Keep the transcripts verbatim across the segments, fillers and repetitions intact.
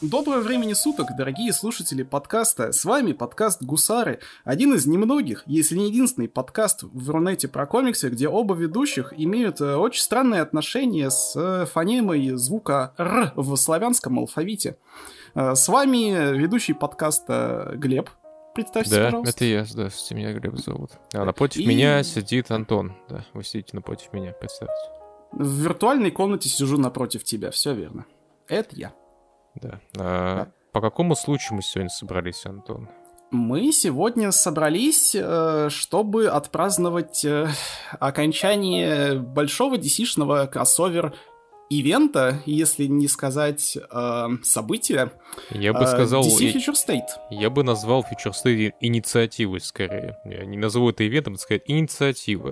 Доброго времени суток, дорогие слушатели подкаста. С вами подкаст «Гусары», один из немногих, если не единственный подкаст в Рунете про комиксы, где оба ведущих имеют очень странные отношения с фонемой звука «р» в славянском алфавите. С вами ведущий подкаста Глеб. Представьтесь, да, пожалуйста. Это я, здравствуйте, меня Глеб зовут. А напротив И... меня сидит Антон. Да, вы сидите напротив меня, представьте. В виртуальной комнате сижу напротив тебя, все верно. Это я. Да. А да. По какому случаю мы сегодня собрались, Антон? Мы сегодня собрались, чтобы отпраздновать окончание большого ди си-шного кроссовер-ивента, если не сказать события. Я бы сказал... ди си Future State. Я бы назвал Future State инициативой, скорее. Я не назову это ивентом, это сказать инициатива.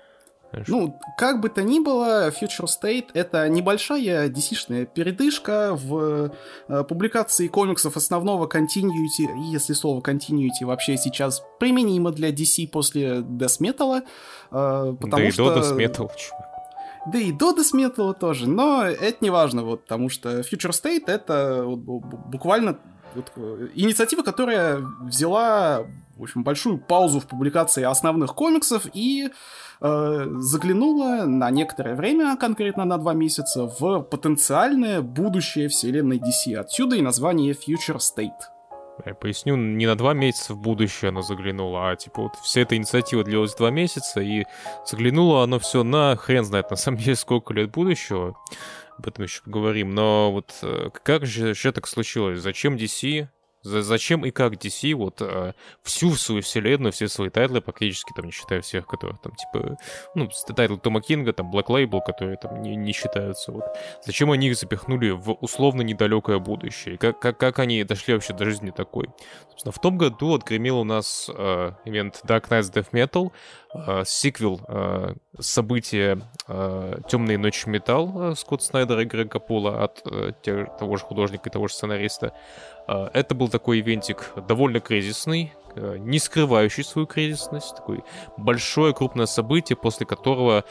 Ну, как бы то ни было, Future State — это небольшая ди си-шная передышка в э, публикации комиксов основного continuity, если слово continuity вообще сейчас применимо для ди си после Death Metal, э, потому да что... и до Death Metal, чего? Да и до Death Metal тоже, но это не важно, вот, потому что Future State — это вот, буквально вот, инициатива, которая взяла, в общем, большую паузу в публикации основных комиксов и заглянула на некоторое время, конкретно на два месяца, в потенциальное будущее вселенной ди си. Отсюда и название Future State. Я поясню, не на два месяца в будущее она заглянула, а типа вот вся эта инициатива длилась два месяца, и заглянуло оно все на хрен знает, на самом деле, сколько лет будущего. Об этом еще поговорим. Но вот как же, же так случилось? Зачем ди си? Зачем и как ди си вот э, всю свою вселенную, все свои тайтлы, практически, там, не считая всех, которые там, типа, ну, тайтлы Тома Кинга, там, Black Label, которые там не, не считаются, вот. Зачем они их запихнули в условно недалекое будущее? И как, как, как они дошли вообще до жизни такой? Собственно, в том году отгремел у нас э, ивент Dark Knights Death Metal, э, сиквел э, события э, «Темные ночи металл» Скотта Снайдера и Грега Пола от э, того же художника и того же сценариста. Это был такой ивентик довольно кризисный, не скрывающий свою кризисность, такое большое крупное событие, после которого,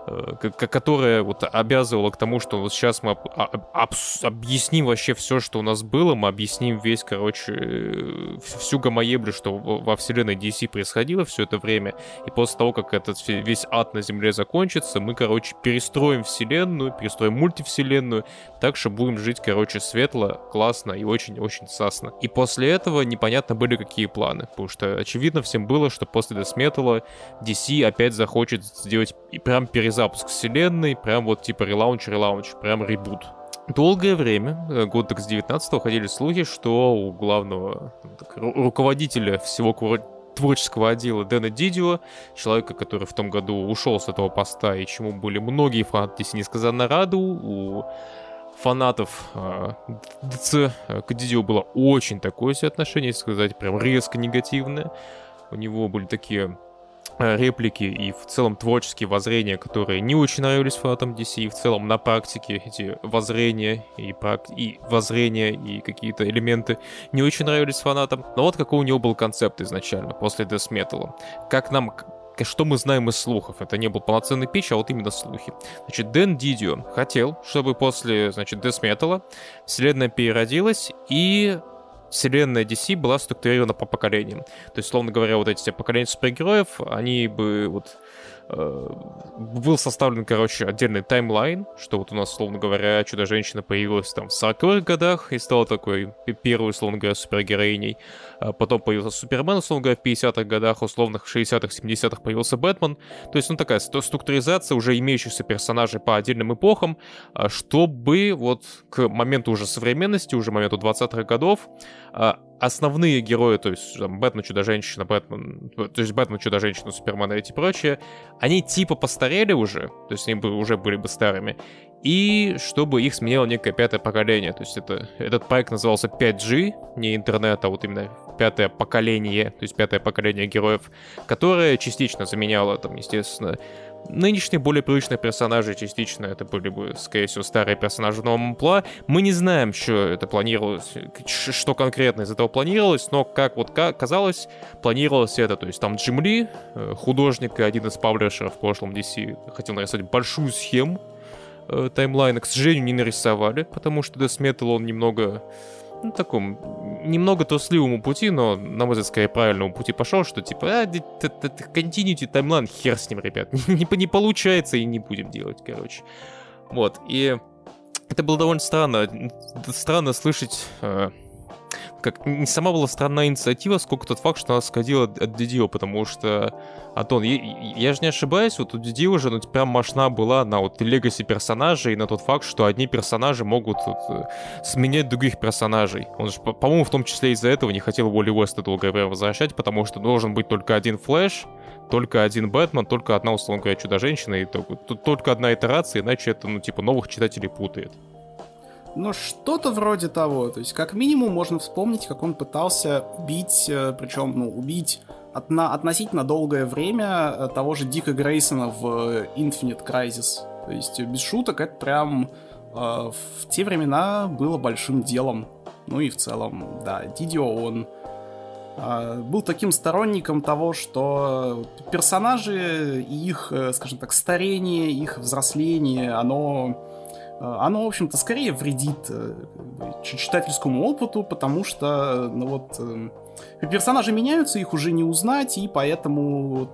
которое вот обязывало к тому, что вот сейчас мы об, об, объясним вообще все, что у нас было, мы объясним весь, короче, всю гомоеблю, что во вселенной ди си происходило все это время, и после того, как этот весь ад на Земле закончится, мы, короче, перестроим вселенную, перестроим мультивселенную, так что будем жить, короче, светло, классно и очень-очень сасно. И после этого непонятно были какие планы. Потому что очевидно всем было, что после Death Metal ди си опять захочет сделать прям перезапуск вселенной, прям вот типа релаунч, релаунч, прям ребут. Долгое время, год так с девятнадцатого, ходили слухи, что у главного так, ру- руководителя всего творческого отдела Дэна Дидио, человека, который в том году ушел с этого поста, и чему были многие фанаты ди си несказанно рады, у фанатов э, ди си к Дидио было очень такое себе отношение, если сказать, прям резко негативное. У него были такие э, реплики и в целом творческие воззрения, которые не очень нравились фанатам ди си, и в целом на практике эти воззрения и, прак... и воззрения и какие-то элементы не очень нравились фанатам. Но вот какой у него был концепт изначально, после Death Metal. Как нам... Что мы знаем из слухов? Это не был полноценный питч, а вот именно слухи. Значит, Дэн Дидио хотел, чтобы после, значит, Death Metal вселенная переродилась, и вселенная ди си была структурирована по поколениям. То есть, словно говоря, вот эти поколения супергероев, они бы вот... был составлен, короче, отдельный таймлайн, что вот у нас, условно говоря, Чудо-женщина появилась там в сороковых годах и стала такой первой, условно говоря, супергероиней. А потом появился Супермен, условно говоря, в пятидесятых годах, условно, в шестидесятых, семидесятых появился Бэтмен. То есть, ну, такая структуризация уже имеющихся персонажей по отдельным эпохам, чтобы вот к моменту уже современности, уже моменту двадцатых годов, основные герои, то есть там, Бэтмен, Чудо-женщина, Бэтмен, то есть Бэтмен, Чудо-женщина, Супермен и эти прочие, они типа постарели уже, то есть они бы, уже были бы старыми, и чтобы их сменило некое пятое поколение. То есть это, этот проект назывался пять джи, не интернет, а вот именно пятое поколение, то есть пятое поколение героев, которое частично заменяло, там, естественно, нынешние более привычные персонажи, частично это были бы, скорее всего, старые персонажи в новом амплуа. Мы не знаем, что это планировалось, что конкретно из этого планировалось, но, как вот казалось, планировалось это. То есть там Джим Ли, художник и один из паблишеров в прошлом ди си, хотел нарисовать большую схему э, таймлайна. К сожалению, не нарисовали, потому что Death Metal, он немного... ну, таком немного трусливому пути, но, на мой взгляд, скорее правильному пути пошел, что типа, а, continuity таймлайн, хер с ним, ребят, не, не получается и не будем делать, короче. Вот, и это было довольно странно, странно слышать... Как не сама была странная инициатива, сколько тот факт, что она сходила от Дидио, потому что, Антон, я, я же не ошибаюсь, вот у Дидио уже ну, прям мощна была на вот легаси персонажей, на тот факт, что одни персонажи могут вот, сменять других персонажей. Он же, по-моему, в том числе из-за этого не хотел Уолли Уэста долгое время возвращать, потому что должен быть только один Флэш, только один Бэтмен, только одна, условно говоря, Чудо-женщина, и только, только одна итерация, иначе это, ну, типа, новых читателей путает. Ну, что-то вроде того. То есть, как минимум, можно вспомнить, как он пытался убить, причем, ну, убить отно- относительно долгое время того же Дика Грейсона в Infinite Crisis. То есть, без шуток, это прям э, в те времена было большим делом. Ну и в целом, да, Дидио, он э, был таким сторонником того, что персонажи и их, э, скажем так, старение, их взросление, оно... Оно, в общем-то, скорее вредит э, читательскому опыту, потому что, ну вот, э, персонажи меняются, их уже не узнать, и поэтому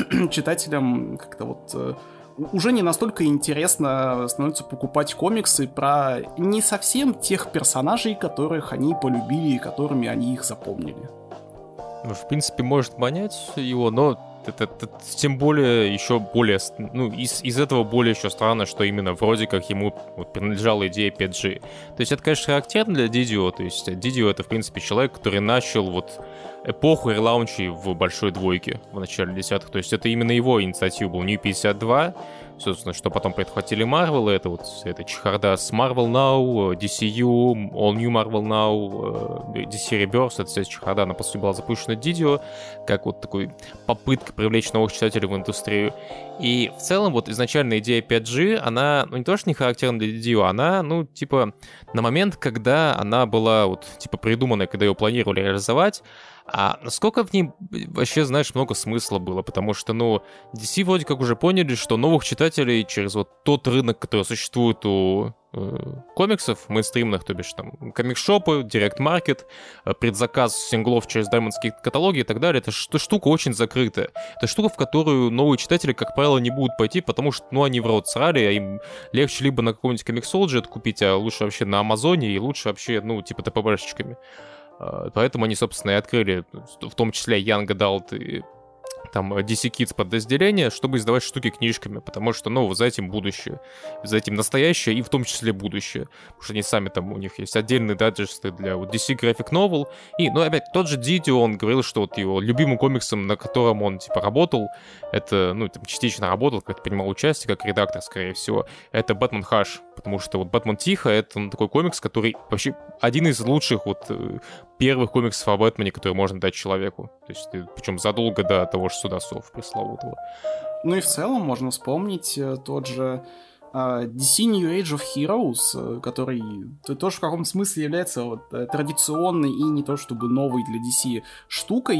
читателям как-то вот э, уже не настолько интересно становится покупать комиксы про не совсем тех персонажей, которых они полюбили и которыми они их запомнили. Ну, в принципе, может понять его, но это, это, тем более еще более, ну, из, из этого более еще странно, что именно вроде как ему вот, принадлежала идея пять джи. То есть это, конечно, характерно для Дидио, то есть Дидио это, в принципе, человек, который начал вот эпоху релаунчей в большой двойке в начале десятых, то есть это именно его инициатива был New пятьдесят два, собственно, что потом подхватили Marvel, это вот эта чехарда с Marvel Now, ди си ю, All New Marvel Now, ди си Rebirth, это вся чехарда, она, по сути, была запущена Дидио, как вот такой попытка привлечь новых читателей в индустрию. И в целом вот изначально идея пять джи, она, ну, не то, что не характерна для Дидио, она, ну, типа, на момент, когда она была вот, типа, придуманная, когда ее планировали реализовать, а насколько в ней вообще, знаешь, много смысла было, потому что, ну, ди си вроде как уже поняли, что новых читателей через вот тот рынок, который существует у э, комиксов мейнстримных, то бишь там комикс-шопы, директ-маркет, э, предзаказ синглов через даймондские каталоги и так далее, это ш- штука очень закрытая. Это штука, в которую новые читатели, как правило, не будут пойти, потому что, ну, они в рот срали, а им легче либо на каком-нибудь комиксолджи это купить, а лучше вообще на Амазоне и лучше вообще, ну, типа ТПБшечками. Поэтому они, собственно, и открыли, в том числе Young Adult и там ди си Kids подразделение, чтобы издавать штуки книжками, потому что, ну, за этим будущее, за этим настоящее и в том числе будущее, потому что они сами там, у них есть отдельные дайджесты для вот ди си Graphic Novel, и, ну, опять, тот же Дидио, он говорил, что вот его любимым комиксом, на котором он, типа, работал, это, ну, там, частично работал, как-то принимал участие, как редактор, скорее всего, это Бэтмен Хаш, потому что вот Бэтмен Тихо, это ну, такой комикс, который вообще один из лучших вот первых комиксов о Бэтмене, которые можно дать человеку, то есть, причем задолго до того же Суда Сов пресловутого. Ну и в целом можно вспомнить тот же uh, ди си New Age of Heroes, который тоже в каком-то смысле является вот, традиционной и не то чтобы новой для ди си штукой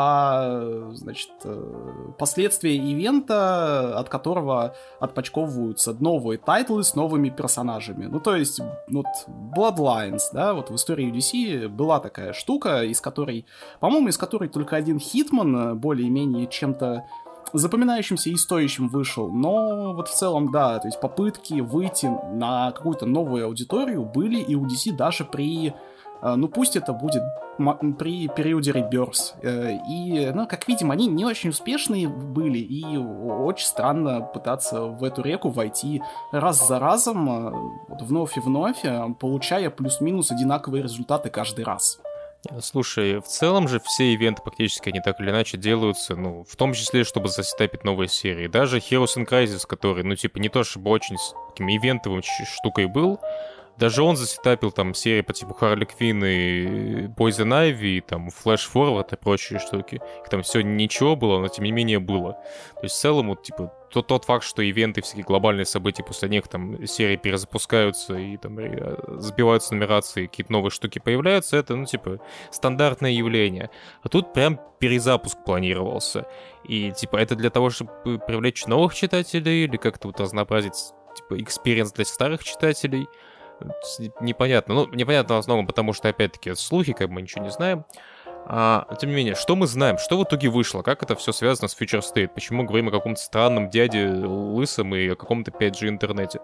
про, значит, последствия ивента, от которого отпочковываются новые тайтлы с новыми персонажами. Ну то есть вот Bloodlines, да, вот в истории ди си была такая штука, из которой, по-моему, из которой только один Хитман более-менее чем-то запоминающимся и стоящим вышел, но вот в целом, да, то есть попытки выйти на какую-то новую аудиторию были и у ди си даже при, ну пусть это будет при периоде Rebirth, и, ну, как видим, они не очень успешные были, и очень странно пытаться в эту реку войти раз за разом, вот, вновь и вновь, получая плюс-минус одинаковые результаты каждый раз. Слушай, в целом же все ивенты практически они так или иначе делаются, ну, в том числе, чтобы засетапить новые серии. Даже Heroes in Crisis, который, ну, типа, не то чтобы очень таким ивентовым штукой был, даже он засетапил там серии по типу Харли Квинн и Poison Ivy, там Flash Forward и прочие штуки. Их там все ничего было, но тем не менее было. То есть в целом вот типа тот, тот факт, что ивенты, всякие глобальные события после них там серии перезапускаются и там сбиваются нумерации, какие-то новые штуки появляются, это ну типа стандартное явление. А тут прям перезапуск планировался. И типа это для того, чтобы привлечь новых читателей или как-то вот разнообразить типа экспириенс для старых читателей. непонятно. Ну, непонятно в основном, потому что, опять-таки, слухи, как бы мы ничего не знаем. А, тем не менее, что мы знаем? Что в итоге вышло? Как это все связано с Future State? Почему говорим о каком-то странном дяде лысом и о каком-то пять джи интернете?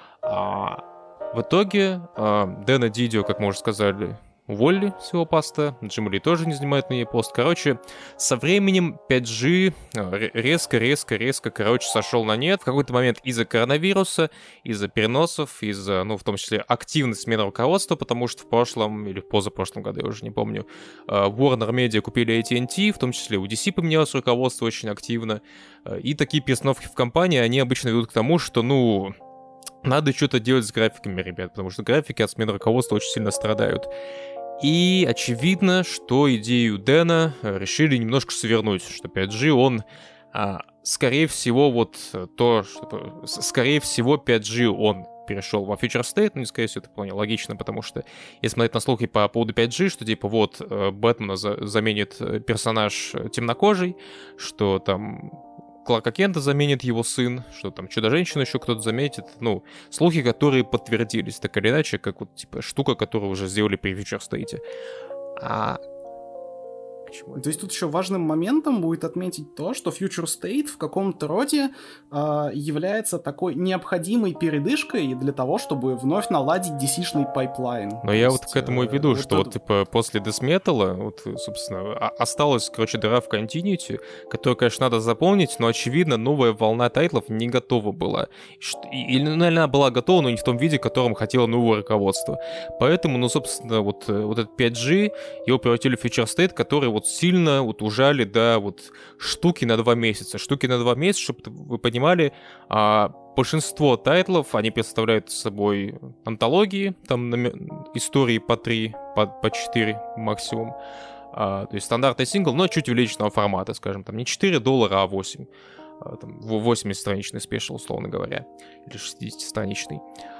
А, в итоге а, Дэна Дидио, как мы уже сказали, уволили с его поста, Джим Ли тоже не занимает на ней пост. Короче, со временем пять джи резко-резко-резко, короче, сошел на нет. В какой-то момент из-за коронавируса, из-за переносов, из-за, ну, в том числе, активной смены руководства, потому что в прошлом или в позапрошлом году, я уже не помню, Warner Media купили эй ти энд ти, в том числе у ди си поменялось руководство очень активно. И такие перестановки в компании, они обычно ведут к тому, что, ну... надо что-то делать с графиками, ребят, потому что графики от смены руководства очень сильно страдают. И очевидно, что идею Дэна решили немножко свернуть, что пять джи, он, а, скорее всего, вот то, что... Скорее всего, пять джи он перешел во Future State, ну, не скорее всего, это вполне логично, потому что, если смотреть на слухи по поводу пять джи, что, типа, вот, Бэтмена за- заменит персонаж темнокожий, что там... Кларка Кента заменит его сын, что там Чудо-женщину еще кто-то заметит. Ну, слухи, которые подтвердились, так или иначе, как вот, типа, штука, которую уже сделали при Future State. А... Почему? То есть тут еще важным моментом будет отметить то, что Future State в каком-то роде э, является такой необходимой передышкой для того, чтобы вновь наладить ди си-шный пайплайн. Но я есть, вот к этому и веду, э, что вот, вот типа после Death Metal, вот, собственно, осталась, короче, дыра в Continuity, которую, конечно, надо заполнить, но, очевидно, новая волна тайтлов не готова была. Или, наверное, она была готова, но не в том виде, в котором хотело новое руководство. Поэтому, ну, собственно, вот, вот этот пять джи, его превратили в Future State, который вот сильно вот ужали до вот штуки на два месяца. Штуки на два месяца, чтобы вы понимали, а, большинство тайтлов, они представляют собой антологии, там истории по три, по, по четыре максимум. А, то есть стандартный сингл, но чуть увеличенного формата, скажем, там не четыре доллара, а восемь. А, там восьмидесятистраничный спешл, условно говоря, или шестидесятистраничный.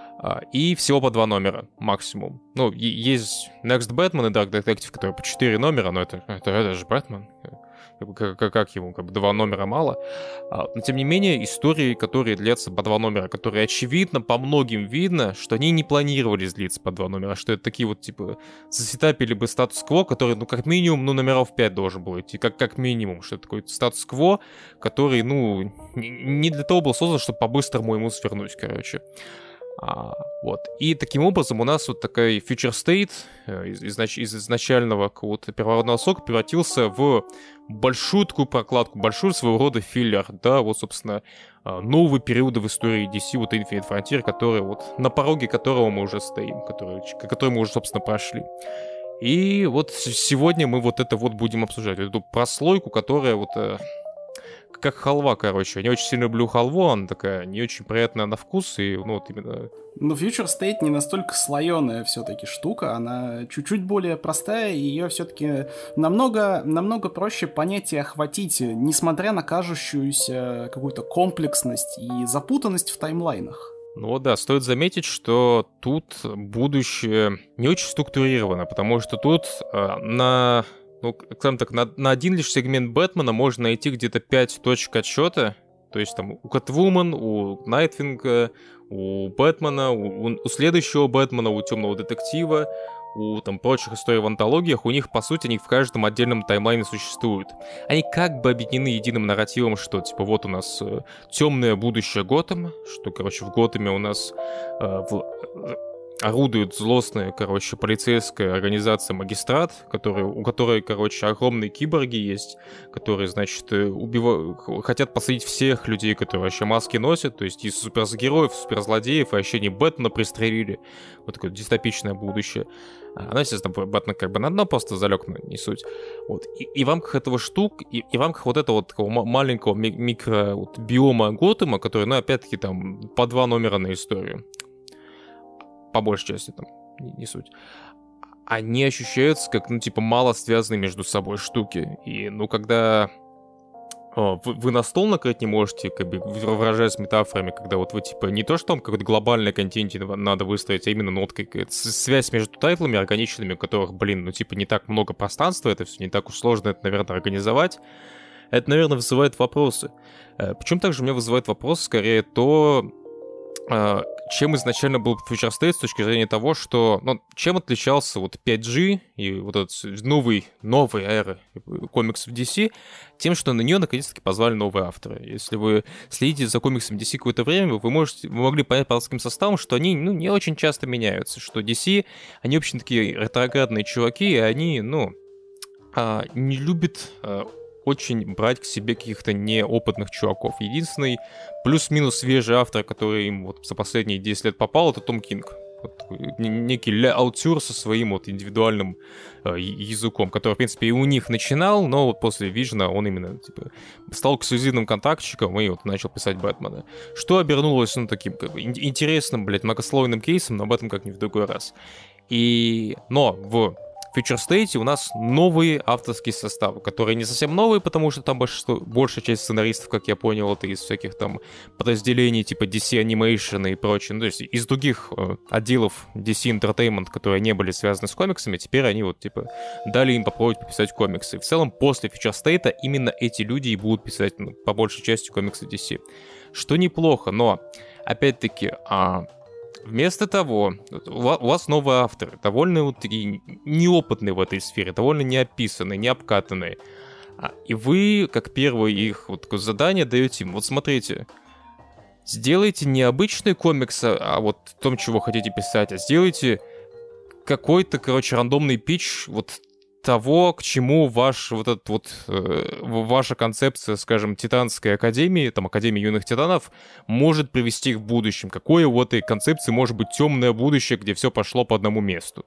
И всего по два номера максимум. Ну, есть Next Batman и Dark Detective, которые по четыре номера, но это, это, это же Бэтмен. Как, как, как ему, как бы два номера мало. Но, тем не менее, истории, которые длятся по два номера, которые, очевидно, по многим видно, что они не планировали длиться по два номера, что это такие вот, типа, засетапили бы статус-кво, который, ну, как минимум, ну, номеров пять должен был идти, как, как минимум, что это такой статус-кво, который, ну, не для того был создан, чтобы по-быстрому ему свернуть, короче. А, вот. И таким образом у нас вот такой Future State из, изнач, из изначального какого-то первородного сока превратился в большую такую прокладку, большую своего рода филлер, да, вот, собственно, новые периоды в истории ди си, вот Infinite Frontier, который вот, на пороге которого мы уже стоим, который, который мы уже, собственно, прошли. И вот сегодня мы вот это вот будем обсуждать, эту прослойку, которая вот... как халва, короче. Я не очень сильно люблю халву, она такая не очень приятная на вкус, и, ну, вот именно... Но Future State не настолько слоеная все-таки штука, она чуть-чуть более простая, и ее все-таки намного, намного проще понять и охватить, несмотря на кажущуюся какую-то комплексность и запутанность в таймлайнах. Ну да, стоит заметить, что тут будущее не очень структурировано, потому что тут э, на... Ну, скажем так, на, на один лишь сегмент Бэтмена можно найти где-то пять точек отсчета. То есть там у Кэтвумен, у Найтвинга, у Бэтмена, у, у следующего Бэтмена, у Темного Детектива, у там прочих историй в антологиях. У них, по сути, они в каждом отдельном таймлайне существуют. Они как бы объединены единым нарративом, что, типа, вот у нас э, темное будущее Готэма, что, короче, в Готэме у нас... Э, в, орудует злостная, короче, полицейская организация Магистрат, который, у которой, короче, огромные киборги есть, которые, значит, убивают, хотят посадить всех людей, которые вообще маски носят, то есть и супергероев, суперзлодеев, и вообще не Бэтмена пристрелили. Вот такое дистопичное будущее. Она, естественно, Бэтмен как бы на дно просто залег, но не суть. Вот. И, и в рамках этого штук, и, и в рамках вот этого вот такого маленького ми- микро вот, биома Готэма, который, ну, опять-таки, там, по два номера на историю, по большей части, там, не, не суть, они ощущаются как, ну, типа, мало связанные между собой штуки. И, ну, когда о, вы, вы на стол накрыть не можете, как бы, выражаясь метафорами, когда вот вы, типа, не то, что там какой-то глобальный контент надо выстроить, а именно, ну, вот какая-то связь между тайтлами органичными, у которых, блин, ну, типа, не так много пространства, это все не так уж сложно, это, наверное, организовать. Это, наверное, вызывает вопросы. Причем также у меня вызывает вопрос, скорее, то... чем изначально был Future State с точки зрения того, что... Ну, чем отличался вот пять джи и вот этот новый, новый эра комиксов ди си, тем, что на нее наконец-таки позвали новые авторы. Если вы следите за комиксами ди си какое-то время, вы, можете, вы могли понять по авторским составам, что они, ну, не очень часто меняются, что ди си, они, в общем, такие ретроградные чуваки, и они, ну, не любят... очень брать к себе каких-то неопытных чуваков. Единственный плюс-минус свежий автор, который им вот за последние десять лет попал, это Том Кинг. Вот, некий Ле Аутюр со своим вот индивидуальным э, языком, который, в принципе, и у них начинал, но вот после Вижна он именно типа, стал эксклюзивным контактчиком и вот начал писать Бэтмена. Что обернулось, ну, таким как бы, интересным, блядь, многослойным кейсом, но об этом как-нибудь в другой раз. И... Но в Future State у нас новые авторские составы, которые не совсем новые, потому что там большинство, большая часть сценаристов, как я понял, это из всяких там подразделений типа ди си Animation и прочее, ну, то есть из других э, отделов ди си Entertainment, которые не были связаны с комиксами, теперь они вот типа дали им попробовать пописать комиксы. В целом после Future State именно эти люди и будут писать, ну, по большей части комиксы ди си. Что неплохо, но опять-таки... А... Вместо того, у вас новые авторы, довольно вот такие неопытные в этой сфере, довольно неописанные, необкатанные. И вы, как первое их вот такое задание, даете им, вот смотрите, сделайте не обычный комикс, а вот в том, чего хотите писать, а сделайте какой-то, короче, рандомный питч вот того, к чему ваш вот этот вот э, ваша концепция, скажем, Титанской Академии, там, Академии Юных Титанов, может привести в будущем. Какое у этой концепции может быть темное будущее, где все пошло по одному месту.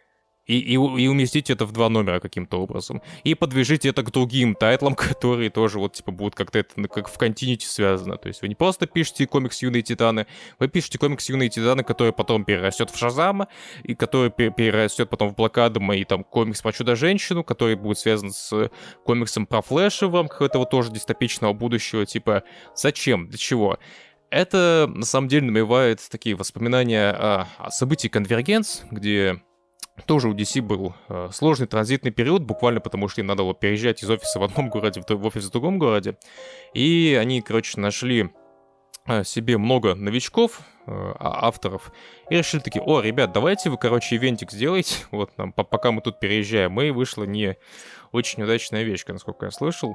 И, и, и уместите это в два номера каким-то образом. И подвяжите это к другим тайтлам, которые тоже вот типа будут как-то это как в континьюти связано. То есть вы не просто пишете комикс «Юные Титаны», вы пишете комикс «Юные Титаны», который потом перерастет в Шазама, и который перерастет потом в Блэк Адама, и там комикс про Чудо-женщину, который будет связан с комиксом про Флэша в рамках этого тоже дистопичного будущего. Типа, зачем? Для чего? Это, на самом деле, навевает такие воспоминания о, о событии «Конвергенс», где... Тоже у ди си был э, сложный транзитный период, буквально потому что им надо было переезжать из офиса в одном городе в офис в другом городе. И они, короче, нашли э, себе много новичков, э, авторов, и решили такие: о, ребят, давайте вы, короче, ивентик сделайте, вот нам, пока мы тут переезжаем. И вышла не очень удачная вещь, насколько я слышал.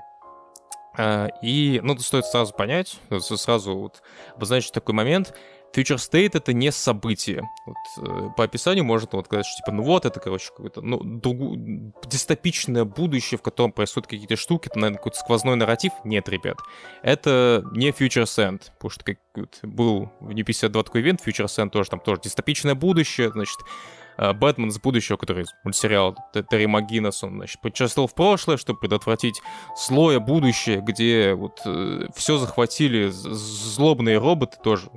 Uh, и, ну, стоит сразу понять, сразу вот обозначить такой момент. Future State — это не событие. Вот, э, по описанию можно вот сказать, что типа, ну вот, это, короче, какое-то ну, другу... дистопичное будущее, в котором происходят какие-то штуки, это, наверное, какой-то сквозной нарратив. Нет, ребят, это не Future Send, потому что как, вот, был в New пятьдесят два такой ивент, Future Send тоже, там тоже дистопичное будущее, значит, Бэтмен с будущего, который мультсериал Терри МакГиннес, он, значит, путешествовал в прошлое, чтобы предотвратить злое будущее, где вот э, все захватили злобные роботы тоже.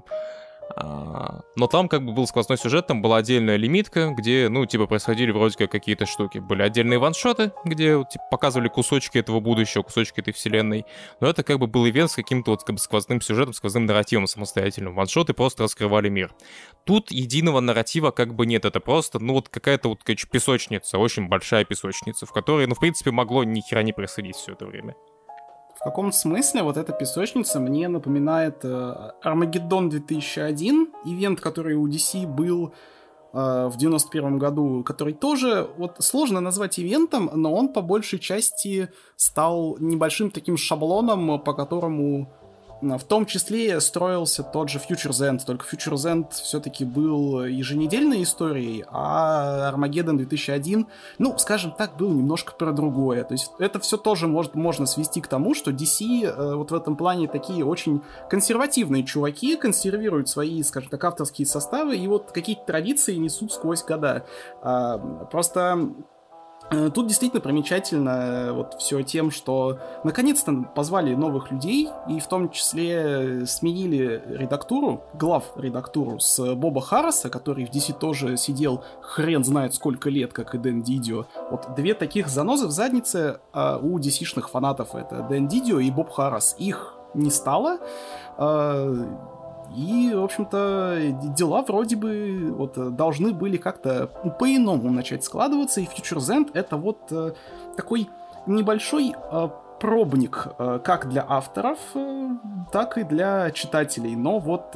А, но там как бы был сквозной сюжет, там была отдельная лимитка, где, ну, типа, происходили вроде как какие-то штуки. Были отдельные ваншоты, где, вот, типа, показывали кусочки этого будущего, кусочки этой вселенной. Но это как бы был ивент с каким-то вот как бы сквозным сюжетом, сквозным нарративом самостоятельным. Ваншоты просто раскрывали мир. Тут единого нарратива как бы нет, это просто, ну, вот какая-то вот, короче, песочница, очень большая песочница, в которой, ну, в принципе, могло ни хера не происходить все это время. В каком смысле вот эта песочница мне напоминает э, Армагеддон две тысячи один, ивент, который у ди си был э, в девяносто первом году, который тоже, вот сложно назвать ивентом, но он по большей части стал небольшим таким шаблоном, по которому в том числе строился тот же Future's End, только Future's End все-таки был еженедельной историей, а Armageddon две тысячи один, ну, скажем так, был немножко про другое. То есть это все тоже может, можно свести к тому, что ди си э, вот в этом плане такие очень консервативные чуваки, консервируют свои, скажем так, авторские составы, и вот какие-то традиции несут сквозь года. А, просто... Тут действительно примечательно вот все тем, что наконец-то позвали новых людей, и в том числе сменили редактуру, глав-редактуру с Боба Харриса, который в ди си тоже сидел хрен знает сколько лет, как и Дэн Дидио. Вот две таких занозы в заднице а у ди си-шных фанатов — это Дэн Дидио и Боб Харрис. Их не стало, а... И, в общем-то, дела вроде бы вот должны были как-то по-иному начать складываться, и Future's End — это вот э, такой небольшой э, пробник как для авторов, так и для читателей. Но вот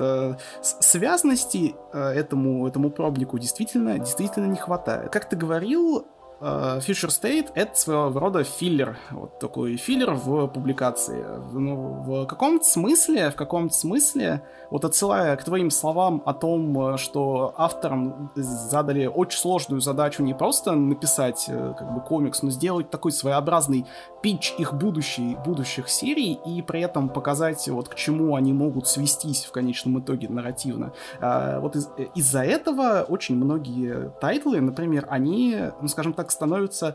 связности этому, этому пробнику действительно, действительно не хватает. Как ты говорил, Future State — это своего рода филлер, вот такой филлер в публикации. Ну, в каком-то смысле, в каком-то смысле, вот отсылая к твоим словам о том, что авторам задали очень сложную задачу не просто написать как бы комикс, но сделать такой своеобразный питч их будущей, будущих серий и при этом показать, вот к чему они могут свестись в конечном итоге нарративно. Вот из- из-за этого очень многие тайтлы, например, они, ну, скажем так, становятся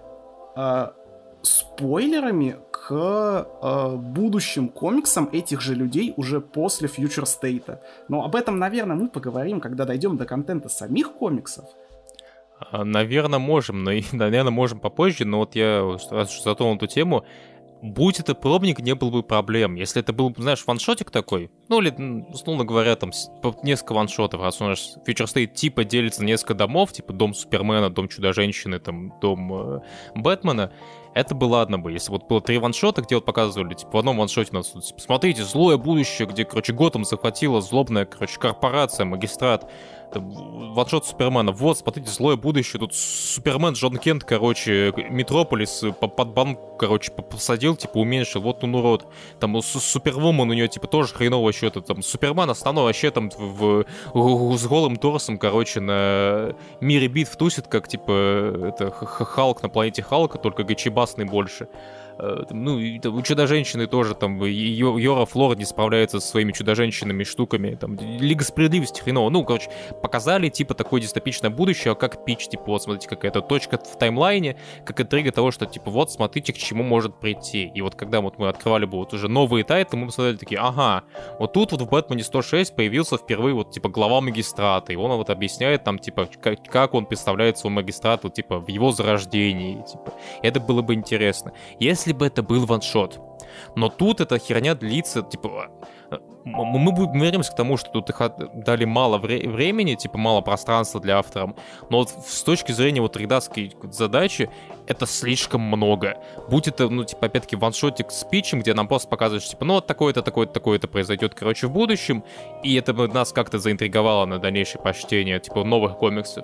э, спойлерами к э, будущим комиксам этих же людей уже после Future State. Но об этом, наверное, мы поговорим, когда дойдем до контента самих комиксов. Наверное, можем, но, наверное, можем попозже, но вот я раз уж затронул эту тему, будь это пробник, не было бы проблем. Если это был, знаешь, ваншотик такой, ну или, условно говоря, там несколько ваншотов, раз у нас Future State типа делится на несколько домов, типа дом Супермена, дом Чудо-женщины, там, дом э, Бэтмена, это бы ладно бы. Если вот было три ваншота, где вот показывали, типа, в одном ваншоте у нас, типа, смотрите, злое будущее, где, короче, Готэм захватила злобная, короче, корпорация, магистрат, там, ваншот Супермена. Вот, смотрите, злое будущее. Тут Супермен, Джон Кент, короче, Метрополис под банк, короче, посадил, типа, уменьшил. Вот он урод. Там Супервумен у нее, типа, тоже хреново счета. Там Супермен основной вообще там в, в, с голым торсом, короче, на мире битв тусит, как, типа, это Халк на планете Халка, только гачебасный больше. Ну, и, у Чудо-женщины тоже там Йора Флор не справляется со своими Чудо-женщинами штуками, там Лига Справедливости хреново. Ну, короче, показали типа такое дистопичное будущее, как пич, типа вот смотрите, какая-то точка в таймлайне, как интрига того, что типа вот смотрите, к чему может прийти. И вот когда вот мы открывали бы вот уже новые тайтлы, мы посмотрели такие, ага, вот тут вот в Бэтмене сто шесть появился впервые вот типа глава магистрата, и он вот объясняет там типа как, как он представляет свой магистрат вот типа в его зарождении, типа. Это было бы интересно. Если бы это был ваншот. Но тут эта херня длится, типа... Мы будем вернемся к тому, что тут их дали мало вре- времени, типа мало пространства для авторов, но вот с точки зрения вот редакторской задачи это слишком много. Будь это, ну, типа, опять-таки, ваншотик с питчем, где нам просто показывают, что, типа, ну, вот такое-то, такое-то, такое-то произойдет, короче, в будущем, и это нас как-то заинтриговало на дальнейшее прочтение, типа, новых комиксов,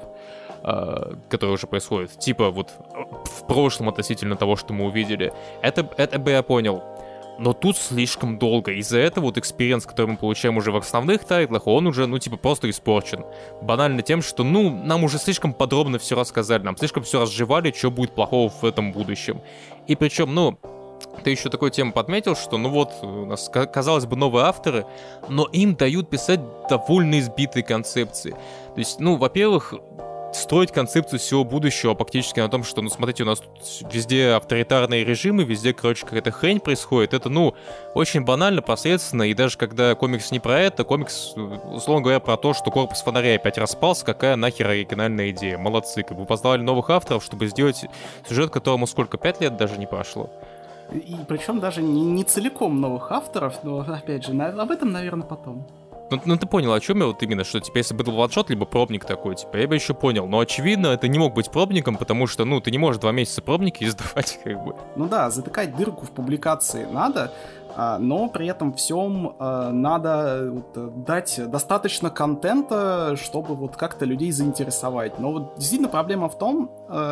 которые уже происходят, типа вот в прошлом относительно того, что мы увидели. Это, это бы я понял. Но тут слишком долго. Из-за этого вот экспириенс, который мы получаем уже в основных тайтлах, он уже, ну, типа, просто испорчен. Банально тем, что, ну, нам уже слишком подробно все рассказали, нам слишком все разжевали, что будет плохого в этом будущем. И причем, ну, ты еще такую тему подметил, что, ну вот, у нас, казалось бы, новые авторы, но им дают писать довольно избитые концепции. То есть, ну, во-первых, строить концепцию всего будущего фактически на том, что, ну, смотрите, у нас тут везде авторитарные режимы, везде, короче, какая-то хрень происходит. Это, ну, очень банально, посредственно, и даже когда комикс не про это, комикс, условно говоря, про то, что корпус фонаря опять распался, какая нахер оригинальная идея. Молодцы, как бы позвали новых авторов, чтобы сделать сюжет, которому сколько, пять лет даже не прошло. И причем даже не, не целиком новых авторов, но, опять же, на, об этом, наверное, потом. Ну, ну ты понял, о чем я вот именно, что типа если бы был ваншот, либо пробник такой, типа, я бы еще понял. Но очевидно, это не мог быть пробником, потому что, ну, ты не можешь два месяца пробники издавать, как бы. Ну да, затыкать дырку в публикации надо, но при этом всем надо вот дать достаточно контента, чтобы вот как-то людей заинтересовать. Но вот действительно проблема в том,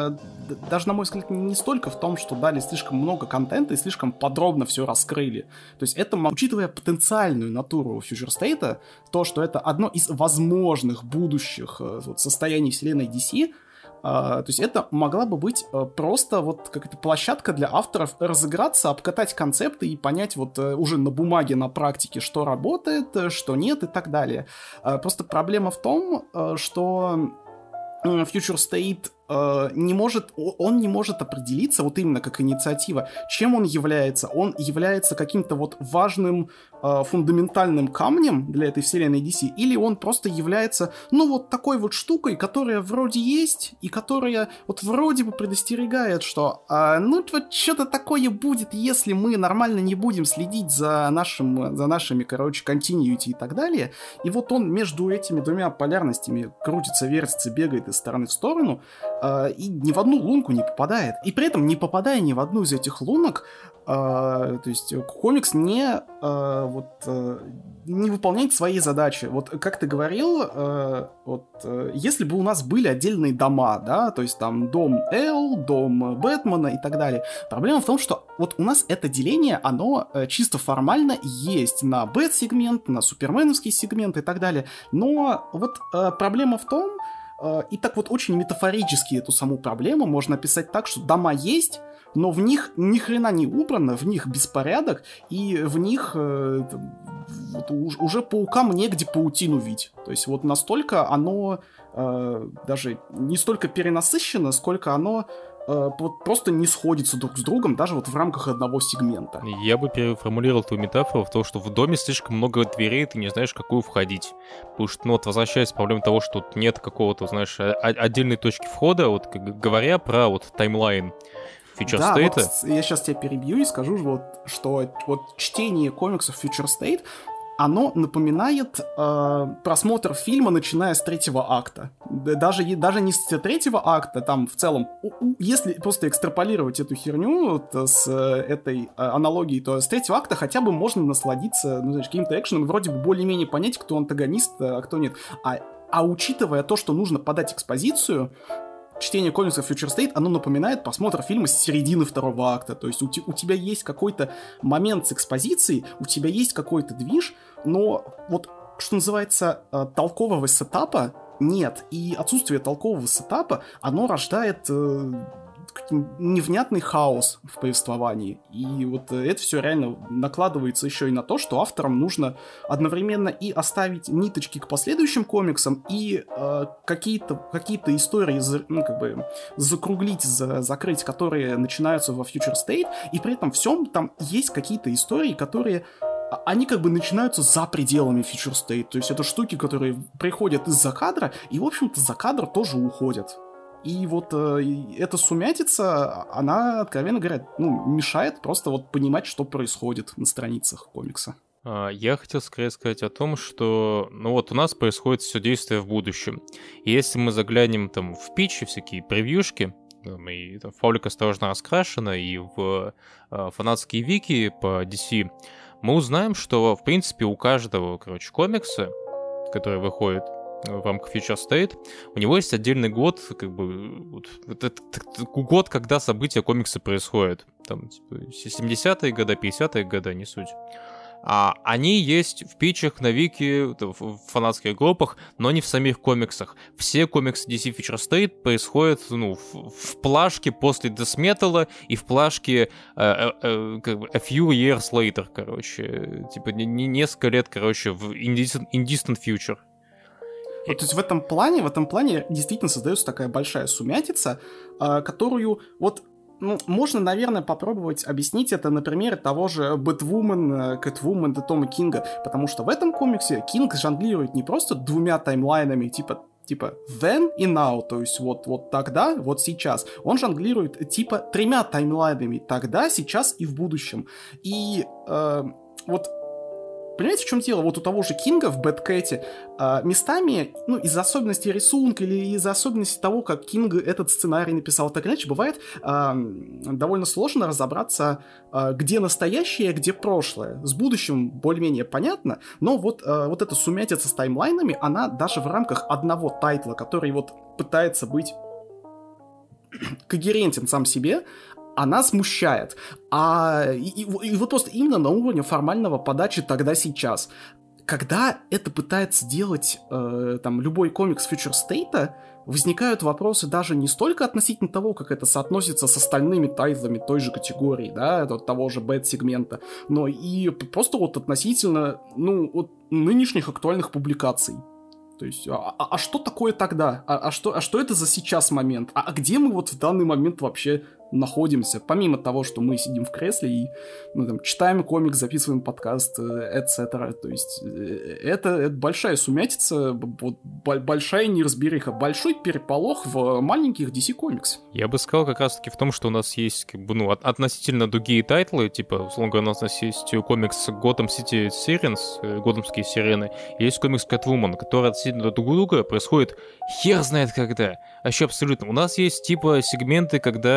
даже на мой взгляд, не столько в том, что дали слишком много контента и слишком подробно все раскрыли. То есть это, учитывая потенциальную натуру Future State, то, что это одно из возможных будущих вот, состояний вселенной ди си, Uh, то есть это могла бы быть uh, просто вот какая-то площадка для авторов разыграться, обкатать концепты и понять вот uh, уже на бумаге, на практике, что работает, что нет и так далее. Uh, просто проблема в том, uh, что uh, Future State uh, не может, он не может определиться вот именно как инициатива, чем он является. Он является каким-то вот важным uh, фундаментальным камнем для этой вселенной ди си, или он просто является, ну, вот такой вот штукой, которая вроде есть, и которая вот вроде бы предостерегает, что, uh, ну, вот что-то такое будет, если мы нормально не будем следить за, нашим, за нашими, короче, continuity и так далее. И вот он между этими двумя полярностями крутится, вертится, бегает из стороны в сторону, и ни в одну лунку не попадает. И при этом, не попадая ни в одну из этих лунок, то есть комикс не, вот, не выполняет свои задачи. Вот как ты говорил, вот, если бы у нас были отдельные дома, да, то есть там дом Эл, дом Бэтмена и так далее, проблема в том, что вот у нас это деление, оно чисто формально есть на Бэт-сегмент, на суперменовский сегмент и так далее, но вот проблема в том, и так вот очень метафорически эту саму проблему можно описать так, что дома есть, но в них ни хрена не убрано, в них беспорядок, и в них э, вот, уже паукам негде паутину видеть. То есть вот настолько оно э, даже не столько перенасыщено, сколько оно э, вот просто не сходится друг с другом, даже вот в рамках одного сегмента. Я бы переформулировал твою метафору в том, что в доме слишком много дверей, ты не знаешь, в какую входить. Потому что, ну вот, возвращаясь к проблеме того, что тут нет какого-то, знаешь, отдельной точки входа, вот говоря про вот таймлайн Future да, State. Вот я сейчас тебя перебью и скажу, вот, что вот чтение комиксов Future State, оно напоминает э, просмотр фильма, начиная с третьего акта. Даже, даже не с третьего акта, там в целом, у, у, если просто экстраполировать эту херню вот, с э, этой э, аналогией, то с третьего акта хотя бы можно насладиться, ну, знаешь, каким-то экшеном, вроде бы более-менее понять, кто антагонист, а кто нет. А, а учитывая то, что нужно подать экспозицию, чтение комиксов Future State, оно напоминает просмотр фильма с середины второго акта. То есть у, у тебя есть какой-то момент с экспозицией, у тебя есть какой-то движ, но вот, что называется, э, толкового сетапа нет. И отсутствие толкового сетапа, оно рождает э, невнятный хаос в повествовании. И вот это все реально накладывается еще и на то, что авторам нужно одновременно и оставить ниточки к последующим комиксам, и э, какие-то, какие-то истории за, ну, как бы закруглить, за, закрыть, которые начинаются во Future State, и при этом всем там есть какие-то истории, которые они как бы начинаются за пределами Future State. То есть это штуки, которые приходят из-за кадра, и, в общем-то, за кадр тоже уходят. И вот э, эта сумятица, она, откровенно говоря, ну, мешает просто вот понимать, что происходит на страницах комикса. Я хотел скорее сказать о том, что, ну вот у нас происходит все действие в будущем. И если мы заглянем там в питчи, всякие превьюшки, и там, в паблик «Осторожно раскрашено», и в э, фанатские вики по ди си, мы узнаем, что, в принципе, у каждого, короче, комикса, который выходит в рамках Future State, у него есть отдельный год, как бы, вот, вот это, это, год, когда события комикса происходят. Там, типа, семидесятые годы, пятидесятые годы, не суть. А они есть в питчах, на вики, в фанатских группах, но не в самих комиксах. Все комиксы ди си Future State происходят, ну, в, в плашке после Death Metal и в плашке uh, uh, как бы a few years later, короче. Типа не, не несколько лет, короче, в indistant, indistant future. Вот, то есть в этом плане, в этом плане действительно создается такая большая сумятица, э, которую вот, ну, можно, наверное, попробовать объяснить это на примере того же Бэтвумен, Кэтвумен и Тома Кинга, потому что в этом комиксе Кинг жонглирует не просто двумя таймлайнами, типа типа then и now, то есть вот, вот тогда, вот сейчас. Он жонглирует типа тремя таймлайнами, тогда, сейчас и в будущем. И э, вот понимаете, в чем дело? Вот у того же Кинга в Бэткэте э, местами, ну, из-за особенностей рисунка или из-за особенностей того, как Кинг этот сценарий написал, так иначе, бывает э, довольно сложно разобраться, э, где настоящее, где прошлое. С будущим более-менее понятно, но вот, э, вот эта сумятица с таймлайнами, она даже в рамках одного тайтла, который вот пытается быть когерентен сам себе, она смущает. А, и, и, и вот просто именно на уровне формального подачи тогда-сейчас. Когда это пытается делать э, там, любой комикс Future State, возникают вопросы даже не столько относительно того, как это соотносится с остальными тайтлами той же категории, да, того же бэт-сегмента, но и просто вот относительно, ну, вот нынешних актуальных публикаций. То есть, а, а, а что такое тогда? А, а, что, а что это за сейчас момент? А, а где мы вот в данный момент вообще находимся? Помимо того, что мы сидим в кресле и, ну, там, читаем комикс, записываем подкаст, et cetera. То есть, это, это большая сумятица, вот, большая неразбериха, большой переполох в маленьких ди си комикс. Я бы сказал как раз-таки в том, что у нас есть, как бы, ну, относительно другие тайтлы, типа, условно говоря, у нас есть комикс Gotham City Sirens, Готэмские сирены, и есть комикс Catwoman, который относительно друг друга происходит хер знает когда. Вообще абсолютно. У нас есть, типа, сегменты, когда, ну,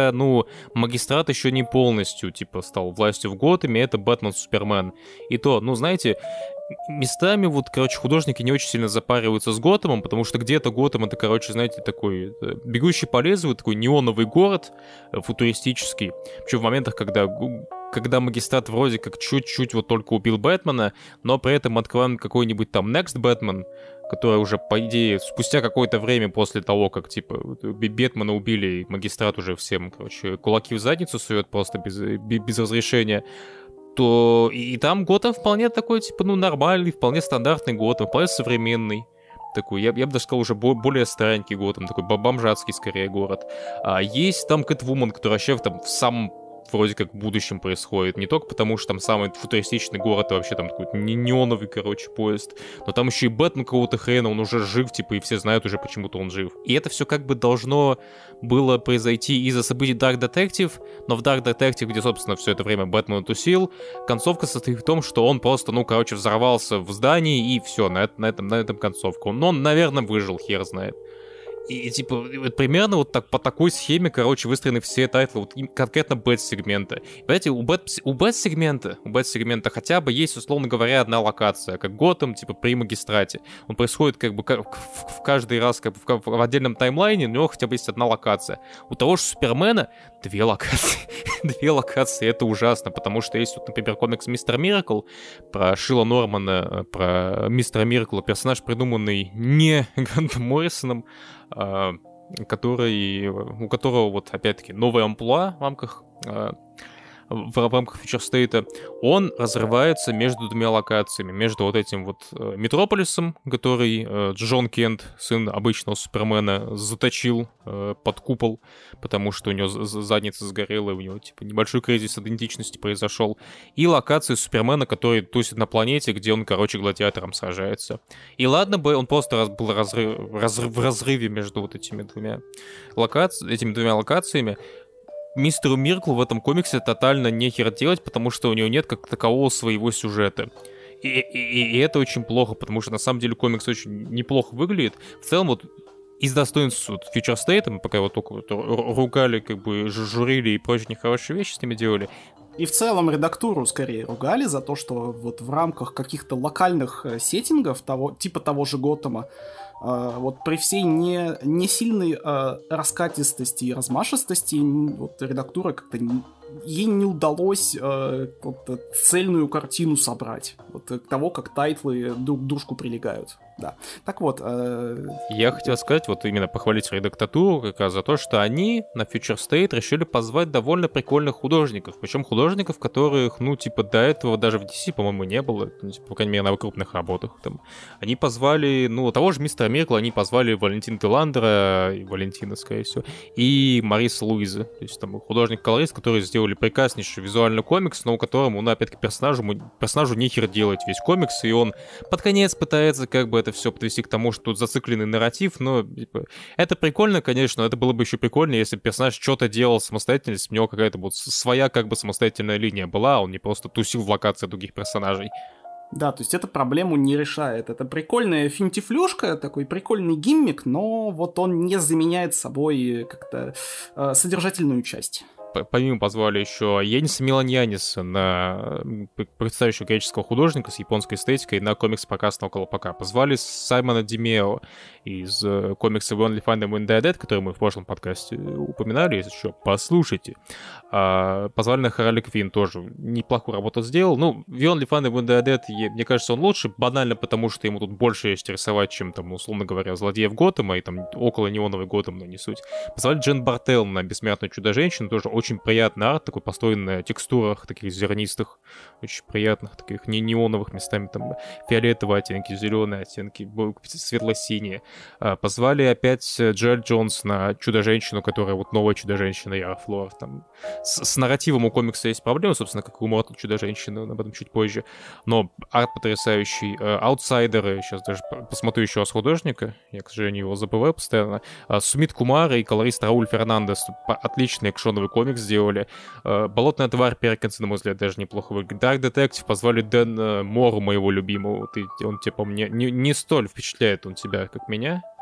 что магистрат еще не полностью, типа, стал властью в Готэме, это Бэтмен Супермен. И то, ну, знаете, местами вот, короче, художники не очень сильно запариваются с Готэмом, потому что где-то Готэм это, короче, знаете, такой бегущий по лезвию, такой неоновый город футуристический. Причем в моментах, когда когда магистрат вроде как чуть-чуть вот только убил Бэтмена, но при этом откроем какой-нибудь там Next Batman, который уже, по идее, спустя какое-то время после того, как, типа, Бэтмена убили, магистрат уже всем, короче, кулаки в задницу сует просто без, без разрешения, то и, и там Готэм вполне такой, типа, ну, нормальный, вполне стандартный Готэм, вполне современный. Такой, я, я бы даже сказал, уже более старенький Готэм, такой бомжатский, скорее, город. А есть там Кэтвумен, который вообще там в самом вроде как в будущем происходит. Не только потому, что там самый футуристичный город, и вообще там такой неоновый, короче, поезд, но там еще и Бэтмен какого-то хрена, он уже жив, типа, и все знают уже, почему-то он жив. И это все как бы должно было произойти из-за событий Dark Detective, но в Dark Detective, где, собственно, все это время Бэтмен тусил, концовка состоит в том, что он просто, ну, короче, взорвался в здании, и все, на, это, на, этом, на этом концовка. Но он, наверное, выжил, хер знает. И, типа, вот примерно вот так, по такой схеме, короче, выстроены все тайтлы, вот конкретно бэт-сегмента. Понимаете, у бэт, у бэт-сегмента, у бэт-сегмента хотя бы есть, условно говоря, одна локация, как Готэм, типа, при магистрате. Он происходит, как бы, в, в каждый раз, как бы, в, в отдельном таймлайне, у него хотя бы есть одна локация. У того же Супермена две локации. Две локации, это ужасно, потому что есть, вот, например, комикс Мистер Миракл про Шила Нормана, про Мистера Миракла, персонаж, придуманный не Грантом Моррисоном, который, у которого, вот, опять-таки, новая амплуа в рамках, в, в рамках Future State, он разрывается между двумя локациями, между вот этим вот Метрополисом, который Джон Кент, сын обычного Супермена, заточил под купол, потому что у него задница сгорела, и у него, типа, небольшой кризис идентичности произошел, и локацией Супермена, который тусит на планете, где он, короче, гладиатором сражается. И ладно бы, он просто раз, был разрыв, разрыв, в разрыве между вот этими двумя, локаци... этими двумя локациями. Мистеру Мирклу в этом комиксе тотально нехер делать, потому что у него нет как такового своего сюжета. И, и, и это очень плохо, потому что на самом деле комикс очень неплохо выглядит. В целом, вот из достоинств вот, Future State, мы пока его только вот ругали, как бы журили и прочие нехорошие вещи с ними делали. И в целом редактуру скорее ругали за то, что вот в рамках каких-то локальных сеттингов, того, типа того же Готэма, Uh, вот при всей не, не сильной uh, раскатистости и размашистости вот, редактура как-то не, ей не удалось uh, вот, цельную картину собрать. Вот, того, как тайтлы друг к дружку прилегают. Да. Так вот. Uh... Я хотел сказать, вот именно похвалить редактуру как раз за то, что они на Future State решили позвать довольно прикольных художников. Причем художников, которых, ну, типа, до этого даже в ди си, по-моему, не было. Ну, типа, по крайней мере, на крупных работах. Там. Они позвали, ну, того же Мистера Миркла, они позвали Валентина Деландера, и Валентина, скорее всего, и Мариса Луиза. То есть там художник-колорист, которые сделали прекраснейший визуальный комикс, но у которого, ну, опять-таки, персонажу, персонажу нехер делать весь комикс, и он под конец пытается как бы это все подвести к тому, что тут зацикленный нарратив, но типа, это прикольно, конечно, но это было бы еще прикольнее, если бы персонаж что-то делал самостоятельно, если бы у него какая-то вот своя как бы самостоятельная линия была, а он не просто тусил в локации других персонажей. Да, то есть это проблему не решает. Это прикольная финтифлюшка, такой прикольный гиммик, но вот он не заменяет собой как-то э, содержательную часть. Помимо позвали еще Яниса Миланьяниса, на представляющего греческого художника с японской эстетикой, на комикс-показ на Колпака. Позвали Саймона Димео из комикса We Only Find Them When They're Dead, который мы в прошлом подкасте упоминали, если что, послушайте. А, позвали на Харли Квинн, тоже неплохую работу сделал. Ну, We Only Find Them When They're Dead, мне кажется, он лучше, банально потому, что ему тут больше есть рисовать, чем, там, условно говоря, злодеев Готэма и там около неоновый Готэм, но не суть. Позвали Джен Бартелл на Бессмертную Чудо-женщину, тоже очень приятный арт, такой построен на текстурах таких зернистых, очень приятных, таких не неоновых, местами там фиолетовые оттенки, зеленые оттенки, светло-синие. Позвали опять Джоэль Джонс на Чудо-женщину, которая вот новая Чудо-женщина, Яра Флор. Там с, с нарративом у комикса есть проблемы, собственно, как и у Мортал Чудо-женщины, об этом чуть позже. Но арт потрясающий. Аутсайдеры, сейчас даже посмотрю еще раз художника, я, к сожалению, его забываю постоянно. Сумит Кумар и колорист Рауль Фернандес. Отличный экшоновый комикс сделали. Болотная тварь Перкинса, на мой взгляд, даже неплохо выглядит. Dark Detective позвали Дэн Мору, моего любимого. Ты, он, типа, мне не, не столь впечатляет он тебя, как меня.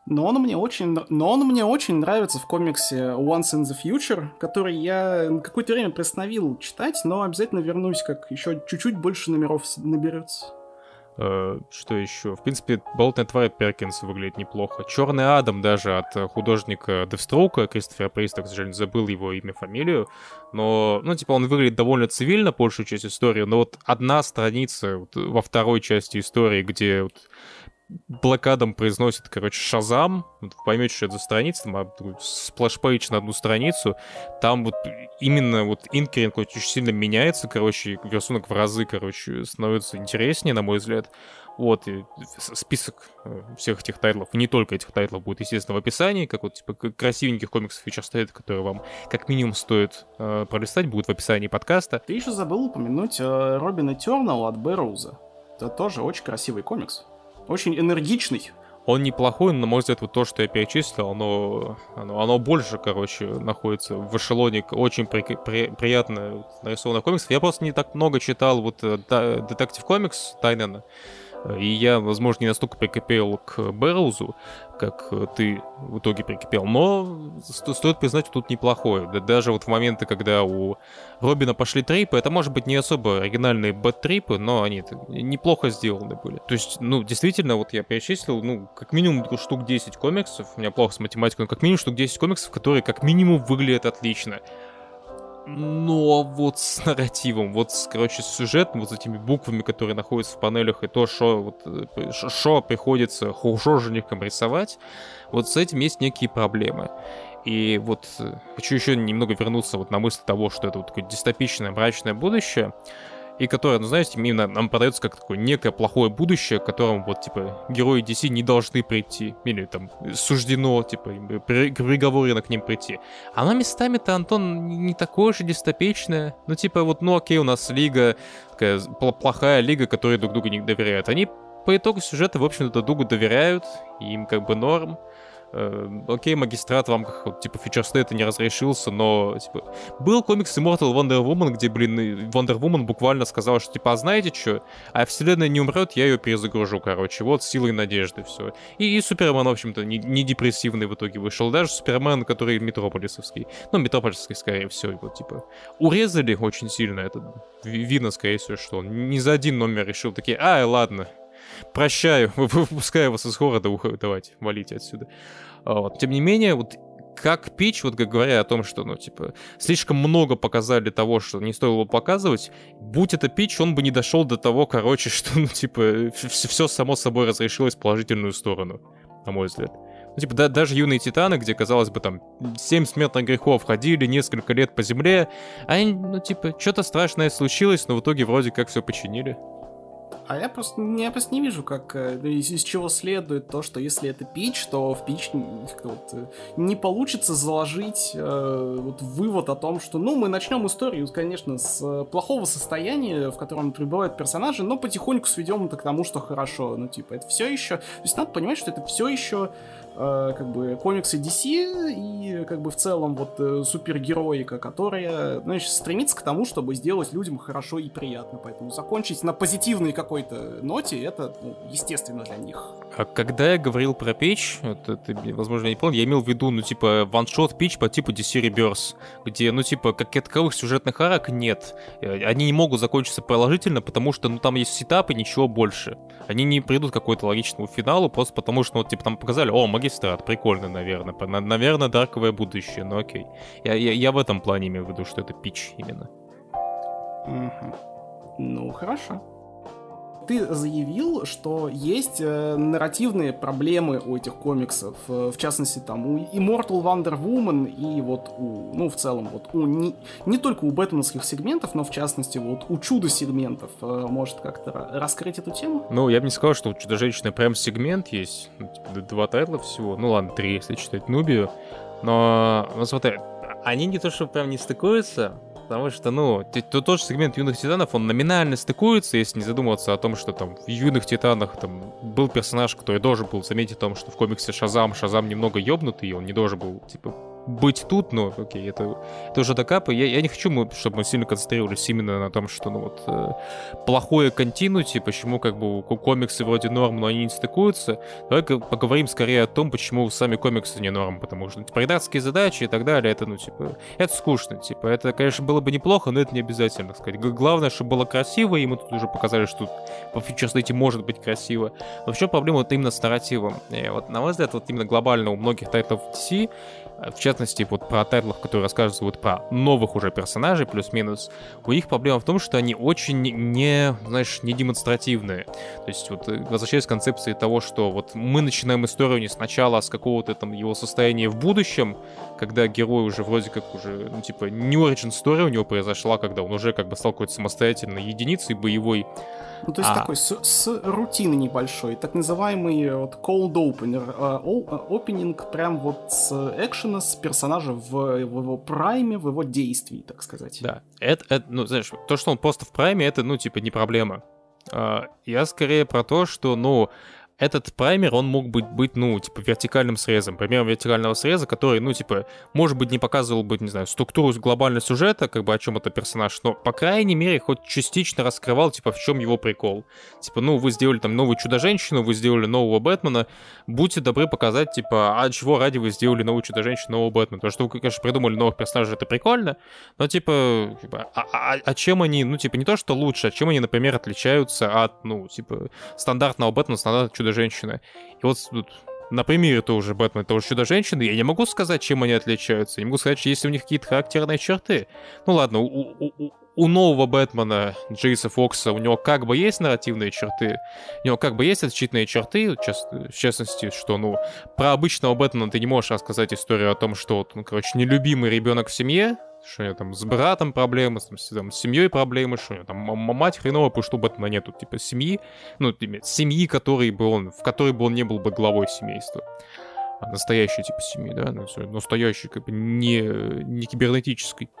Но он мне очень, но он мне очень нравится в комиксе Once in the Future, который я на какое-то время приостановил читать, но обязательно вернусь, как еще чуть-чуть больше номеров наберется. Uh, что еще? В принципе, Болотная тварь Перкинс выглядит неплохо. Черный Адам даже от художника Девстроука, Кристофера Приста, к сожалению, забыл его имя, фамилию. Но, ну, типа, он выглядит довольно цивильно, большую часть истории, но вот одна страница вот, во второй части истории, где вот, Блэк Адам произносит, короче, Шазам. Вот вы поймете, что это за страница, там сплэш-пейдж на одну страницу. Там вот именно вот инкеринг очень сильно меняется, короче, рисунок в разы, короче, становится интереснее, на мой взгляд. Вот, и список всех этих тайтлов, не только этих тайтлов, будет, естественно, в описании, как вот, типа, красивеньких комиксов Future State, которые вам, как минимум, стоит э, пролистать, будут в описании подкаста. Ты еще забыл упомянуть э, Робин Этернал от Бэрроуза. Это тоже очень красивый комикс. Очень энергичный. Он неплохой, но, на мой взгляд, вот то, что я перечислил, оно, оно, оно больше, короче, находится в эшелоне очень при, при, приятно нарисованных комиксов. Я просто не так много читал вот Detective Comics Тайнена, и я, возможно, не настолько прикипел к Бэрроузу, как ты в итоге прикипел. Но сто, стоит признать, тут неплохое. Да, даже вот в моменты, когда у Робина пошли трипы, это, может быть, не особо оригинальные бэт-трипы, но они неплохо сделаны были. То есть, ну, действительно, вот я перечислил, ну, как минимум штук десять комиксов, у меня плохо с математикой, но как минимум штук десять комиксов, которые как минимум выглядят отлично. Но вот с нарративом, вот, с, короче, с сюжетом, вот с этими буквами, которые находятся в панелях, и то, что вот, шо приходится художникам рисовать, вот с этим есть некие проблемы. И вот хочу еще немного вернуться вот на мысль того, что это вот такое дистопичное, мрачное будущее, и которое, ну, знаете, именно нам подается как такое некое плохое будущее, к которому, вот, типа, герои ди си не должны прийти, или, там, суждено, типа, приговорено к ним прийти. Оно местами-то, Антон, не такое же дистопичное. Ну, типа, вот, ну, окей, у нас лига, такая плохая лига, которая друг другу не доверяют. Они по итогу сюжета, в общем-то, друг другу доверяют, и им, как бы, норм. Окей, магистрат в рамках, вот, типа, Future State не разрешился, но, типа, был комикс Immortal Wonder Woman, где, блин, Wonder Woman буквально сказала, что, типа, а знаете что, а вселенная не умрет, я ее перезагружу, короче, вот, силой надежды, все. И, и Супермен, в общем-то, не, не депрессивный в итоге вышел, даже Супермен, который метрополисовский, ну, метрополисовский, скорее всего, вот, типа, урезали очень сильно, это видно, скорее всего, что он не за один номер решил, такие, ай, ладно, прощаю, выпускаю вас из города, давайте, валите отсюда. Вот. Тем не менее, вот как пич, вот как говоря о том, что, ну, типа, слишком много показали того, что не стоило показывать, будь это пич, он бы не дошел до того, короче, что, ну, типа, все само собой разрешилось в положительную сторону, на мой взгляд. Ну, типа, да, даже «Юные Титаны», где, казалось бы, там, семь смертных грехов ходили, несколько лет по земле, они, ну, типа, что-то страшное случилось, но в итоге вроде как все починили. А я просто, я просто не вижу, как, из, из чего следует то, что если это пич, то в пич вот, не получится заложить э, вот, вывод о том, что, ну, мы начнем историю, конечно, с плохого состояния, в котором пребывают персонажи, но потихоньку сведем это к тому, что хорошо. Ну, типа, это все еще... То есть надо понимать, что это все еще э, как бы комиксы ди си и как бы в целом вот э, супергероика, которая, значит, стремится к тому, чтобы сделать людям хорошо и приятно. Поэтому закончить на позитивной какой-то ноте, это, ну, естественно для них. А когда я говорил про пич, это ты, возможно, не понял, я имел в виду, ну, типа, ваншот пич по типу ди си Rebirth, где, ну, типа, как таковых сюжетных арок нет. Они не могут закончиться положительно, потому что, ну, там есть сетап и ничего больше. Они не придут к какой-то логичному финалу, просто потому что, ну, вот, типа, там показали, о, магистрат, прикольно, наверное, наверное, дарковое будущее, ну, окей. Я, я, я в этом плане имею в виду, что это пич именно. Mm-hmm. Ну, хорошо. Ты заявил, что есть э, нарративные проблемы у этих комиксов, э, в частности, там, у Immortal Wonder Woman и вот у, ну, в целом, вот у, не, не только у бэтменских сегментов, но, в частности, вот у Чудо-сегментов. Э, может как-то раскрыть эту тему? Ну, я бы не сказал, что у Чудо-женщины прям сегмент есть, ну, типа, два тайтла всего, ну, ладно, три, если считать Нубию, но, ну, смотри, они не то, что прям не стыкуются. Потому что, ну, тот, тот же сегмент Юных Титанов, он номинально стыкуется, если не задумываться о том, что там в Юных Титанах там был персонаж, который должен был заметить о том, что в комиксе Шазам, Шазам немного ёбнутый, и он не должен был, типа, быть тут, но окей, это, это уже докапы. Я, я не хочу, чтобы мы сильно концентрировались именно на том, что ну вот э, плохое континути, почему как бы комиксы вроде норм, но они не стыкуются. Давай поговорим скорее о том, почему сами комиксы не норм, потому что типа редакторские задачи и так далее, это ну типа, это скучно, типа, это, конечно, было бы неплохо, но это не обязательно, так сказать. Главное, чтобы было красиво, и мы тут уже показали, что тут по фичерстейте может быть красиво. Но в чем проблема вот именно с нарративом? И вот, на мой взгляд, вот именно глобально у многих тайтлов ди си, в частности, вот про тайтлов, которые рассказывают про новых уже персонажей, плюс-минус, у них проблема в том, что они очень не, знаешь, не демонстративные. То есть вот возвращаясь к концепции того, что вот мы начинаем историю не сначала, а с какого-то там его состояния в будущем, когда герой уже вроде как уже, ну типа, не origin story у него произошла, когда он уже как бы стал какой-то самостоятельной единицей боевой. Ну, то есть а... такой с, с рутины небольшой, так называемый вот cold opener, опенинг прям вот с экшена, с персонажа в, в его прайме, в его действии, так сказать. Да, это, это, ну, знаешь, то, что он просто в прайме, это, ну, типа, не проблема. А, я скорее про то, что, ну, этот праймер, он мог быть, быть, ну, типа, вертикальным срезом. Примером вертикального среза, который, ну, типа, может быть, не показывал бы, не знаю, структуру глобального сюжета, как бы о чем это персонаж, но, по крайней мере, хоть частично раскрывал, типа, в чем его прикол. Типа, ну, вы сделали там новую Чудо-женщину, вы сделали нового Бэтмена, будьте добры показать, типа, а чего ради вы сделали новую Чудо-женщину, нового Бэтмена. То, что вы, конечно, придумали новых персонажей, это прикольно, но, типа, типа а, а, а чем они, ну, типа, не то, что лучше, а чем они, например, отличаются от, ну, типа, стандартного Бэтмена, стандартного Чудо женщина. И вот тут на примере тоже Бэтмен, того же Чудо-женщины, я не могу сказать, чем они отличаются. Я не могу сказать, что есть у них какие-то характерные черты. Ну ладно, у, у, у нового Бэтмена, Джейса Фокса, у него как бы есть нарративные черты, у него как бы есть отличительные черты, в частности, что, ну, про обычного Бэтмена ты не можешь рассказать историю о том, что, ну, короче, нелюбимый ребенок в семье, что у него там с братом проблемы, с, там, с семьей проблемы, что у него там мать хреновая, потому что у Бэтмена нету, типа, семьи, ну, семьи, которой бы он, в которой бы он не был бы главой семейства. А настоящей, типа, семьи, да, настоящей, как бы, не, не кибернетической.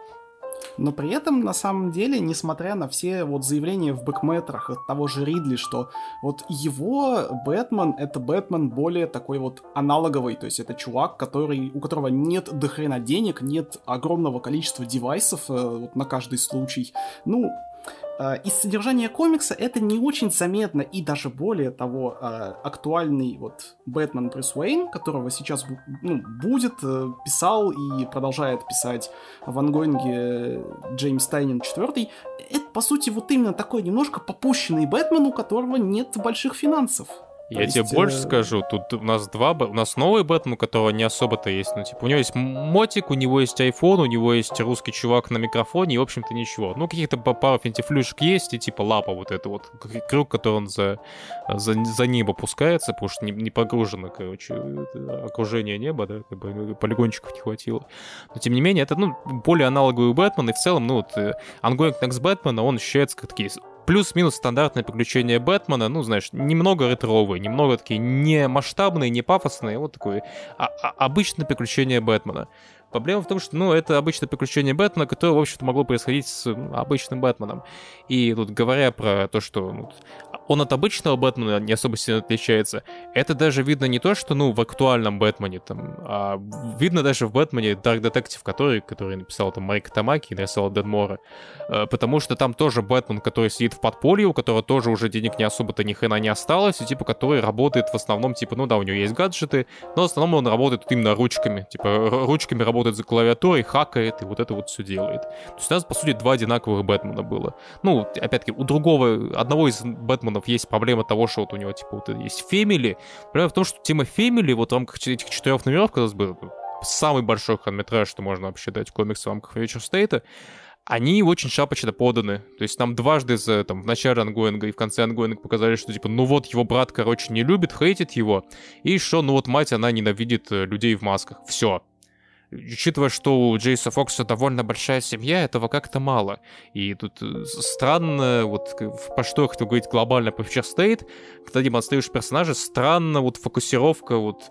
Но при этом, на самом деле, несмотря на все вот заявления в бэкметрах от того же Ридли, что вот его Бэтмен — это Бэтмен более такой вот аналоговый, то есть это чувак, который, у которого нет дохрена денег, нет огромного количества девайсов э, вот на каждый случай. Ну, из содержания комикса это не очень заметно, и даже более того, актуальный вот Бэтмен Брюс Уэйн, которого сейчас, ну, будет, писал и продолжает писать в ангоинге Джеймс Тайнин четвёртый, это, по сути, вот именно такой немножко попущенный Бэтмен, у которого нет больших финансов. Я тебе есть, больше э... скажу, тут у нас два, у нас новый Бэтмен, у которого не особо-то есть, ну, типа, у него есть мотик, у него есть iPhone, у него есть русский чувак на микрофоне, и, в общем-то, ничего. Ну, каких-то пару финтифлюшек есть, и, типа, лапа вот это вот, круг, который он за, за, за небо пускается, потому что не, не погружено, короче, окружение неба, да, как бы полигончиков не хватило. Но, тем не менее, это, ну, более аналоговый Бэтмен, и в целом, ну, вот, Ongoing Next Batman, он ощущается как такие плюс-минус стандартные приключения Бэтмена, ну, знаешь, немного ретровые, немного такие не масштабные, не пафосные, вот такое а- а- обычное приключение Бэтмена. Проблема в том, что, ну, это обычное приключение Бэтмена, которое, в общем-то, могло происходить с обычным Бэтменом. И тут, говоря про то, что ну, он от обычного Бэтмена не особо сильно отличается, это даже видно не то, что, ну, в актуальном Бэтмене, там, а видно даже в Бэтмене Dark Detective, который, который написал там Марик Тамаки и нарисовал Дэн Мора, потому что там тоже Бэтмен, который сидит в подполье, у которого тоже уже денег не особо-то ни хрена не осталось, и, типа, который работает в основном, типа, ну да, у него есть гаджеты, но в основном он работает именно ручками, типа, ручками работает за клавиатурой, хакает и вот это вот все делает. То есть у нас, по сути, два одинаковых Бэтмена было. Ну, опять-таки, у другого, одного из Бэтменов есть проблема того, что вот у него, типа, вот есть фэмили. Проблема в том, что тема фэмили, вот в рамках этих четырех номеров, казалось бы, самый большой хронометраж, что можно вообще дать в комиксе в рамках Future State, они очень шапочно поданы. То есть нам дважды за, там, в начале ангоинга и в конце ангоинга показали, что, типа, ну вот его брат, короче, не любит, хейтит его, и что, ну вот мать, она ненавидит людей в масках. Все. Учитывая, что у Джейса Фокса довольно большая семья, этого как-то мало. И тут странно, вот по что я хотел говорить глобально по Future State, когда демонстрируешь персонажа, странно вот фокусировка вот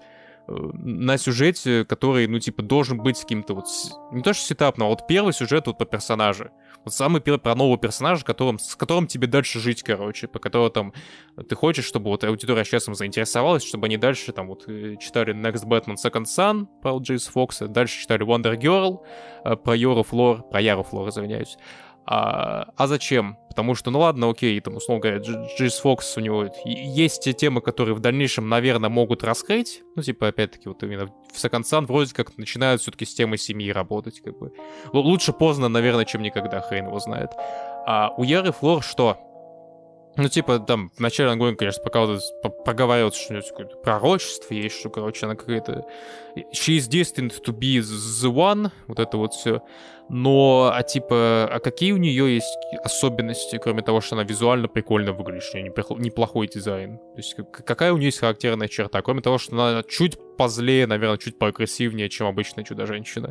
на сюжете, который, ну, типа, должен быть каким-то вот... Не то что сетап, но вот первый сюжет вот по персонажу. Вот самый первый про нового персонажа, которым, с которым тебе дальше жить, короче, по которому там ты хочешь, чтобы вот аудитория сейчас им заинтересовалась, чтобы они дальше там вот читали Next Batman Second Son про Джейс Фокса, дальше читали Wonder Girl, про Яру Флор, про Яру Флор, извиняюсь. А, а зачем? Потому что, ну ладно, окей, там, условно говоря, Джейс Фокс, у него есть те темы, которые в дальнейшем, наверное, могут раскрыть. Ну, типа, опять-таки, вот именно в Second Son вроде как начинают все-таки с темой семьи работать, как бы. Лучше поздно, наверное, чем никогда, хрен его знает. А у Яры Флор что? Ну, типа, там, в начале Ангоин, конечно, пока вот проговаривают, что у нее какое-то пророчество есть, что, короче, она какая-то... She is destined to be the one, вот это вот все. Но, а типа, а какие у нее есть особенности, кроме того, что она визуально прикольно выглядит, что у нее неплохой дизайн? То есть, какая у нее есть характерная черта, кроме того, что она чуть позлее, наверное, чуть поагрессивнее, чем обычная Чудо-женщина?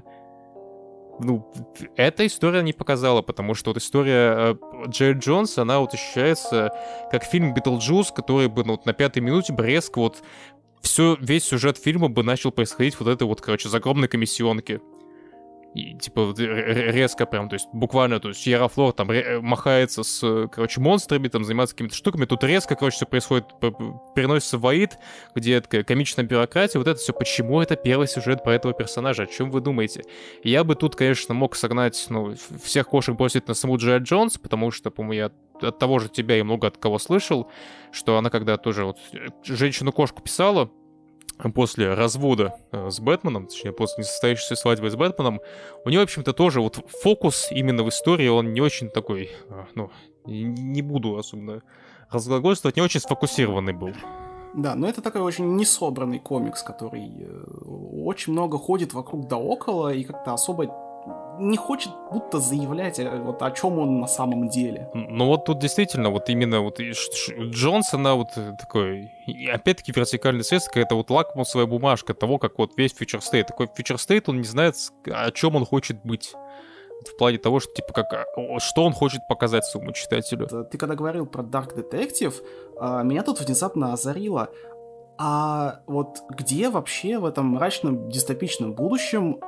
Ну, эта история не показала, потому что вот история Джей Джонса, она вот ощущается как фильм «Битлджус», который бы ну, вот на пятой минуте бы резко вот все, весь сюжет фильма бы начал происходить вот это вот, короче, за огромной комиссионки. И, типа, резко прям, то есть, буквально, то есть, Яра Флор там махается с, короче, монстрами, там, занимается какими-то штуками, тут резко, короче, все происходит, переносится в Аид, где такая комичная бюрократия, вот это все, почему это первый сюжет про этого персонажа, о чем вы думаете? И я бы тут, конечно, мог согнать, ну, всех кошек бросить на саму Джей Джонс, потому что, по-моему, я от того же тебя и много от кого слышал, что она когда тоже вот женщину-кошку писала, после развода э, с Бэтменом, точнее, после несостоявшейся свадьбы с Бэтменом, у него, в общем-то, тоже вот фокус именно в истории, он не очень такой, э, ну, не буду особенно разглагольствовать, не очень сфокусированный был. Да, но это такой очень несобранный комикс, который э, очень много ходит вокруг да около и как-то особо не хочет будто заявлять, вот о чем он на самом деле. Ну вот тут действительно, вот именно вот Джонс, она вот такой, опять-таки вертикальный свет, какая-то вот лакмусовая бумажка того, как вот весь Future State. Такой Future State, он не знает, о чем он хочет быть. В плане того, что, типа, как, что он хочет показать своему читателю. Ты когда говорил про Dark Detective, меня тут внезапно озарило. А вот где вообще в этом мрачном дистопичном будущем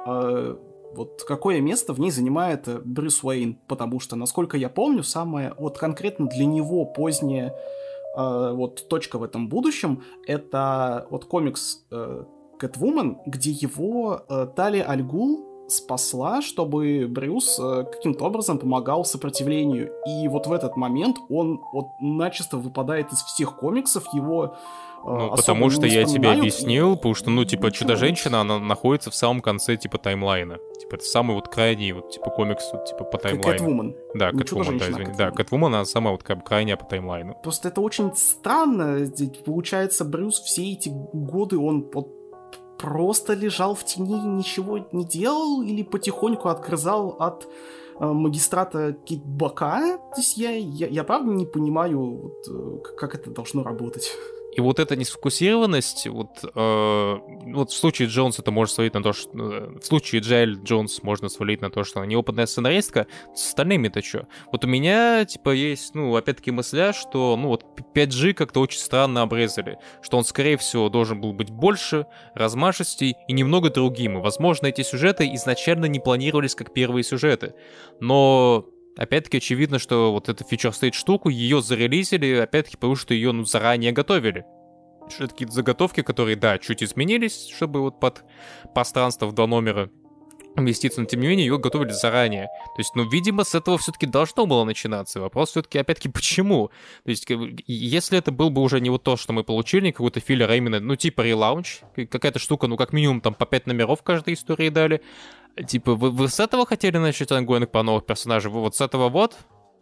вот какое место в ней занимает Брюс Уэйн? Потому что, насколько я помню, самое вот конкретно для него поздняя э, вот точка в этом будущем — это вот комикс э, Кэтвумен, где его э, Талия Аль Гул спасла, чтобы Брюс э, каким-то образом помогал сопротивлению. И вот в этот момент он вот начисто выпадает из всех комиксов, его... Ну, потому что я тебе объяснил, потому что, ну, типа, Чудо-женщина, она находится в самом конце, типа, таймлайна. Типа, это самый вот крайний, вот, типа, комикс, вот, типа, по таймлайну. Кэтвумен. Да, Кэтвумен, да, извини. Да, Кэтвумен, она самая вот как бы крайняя по таймлайну. Просто это очень странно. Получается, Брюс все эти годы, он вот просто лежал в тени и ничего не делал, или потихоньку отгрызал от э, магистрата Китбака? То есть я, я, я правда не понимаю, вот, как это должно работать. И вот эта несфокусированность, вот, э, вот в случае Джонс это можно свалить на то, что... В случае Джайль Джонс можно свалить на то, что она неопытная сценаристка. С остальными-то что? Вот у меня, типа, есть, ну, опять-таки мысля, что, ну, вот пять джи как-то очень странно обрезали. Что он, скорее всего, должен был быть больше, размашистей и немного другим. И, возможно, эти сюжеты изначально не планировались как первые сюжеты. Но... Опять-таки, очевидно, что вот эту Future State штуку, ее зарелизили, опять-таки, потому что ее, ну, заранее готовили. Что это какие-то заготовки, которые, да, чуть изменились, чтобы вот под пространство в два номера уместиться, но, тем не менее, ее готовили заранее. То есть, ну, видимо, с этого все-таки должно было начинаться. Вопрос все-таки, опять-таки, почему? То есть, если это был бы уже не вот то, что мы получили, какой-то филлер, а именно, ну, типа релаунч, какая-то штука, ну, как минимум, там, по пять номеров каждой истории дали, типа, вы, вы с этого хотели начать ангоинг по новых персонажей? Вы вот с этого вот?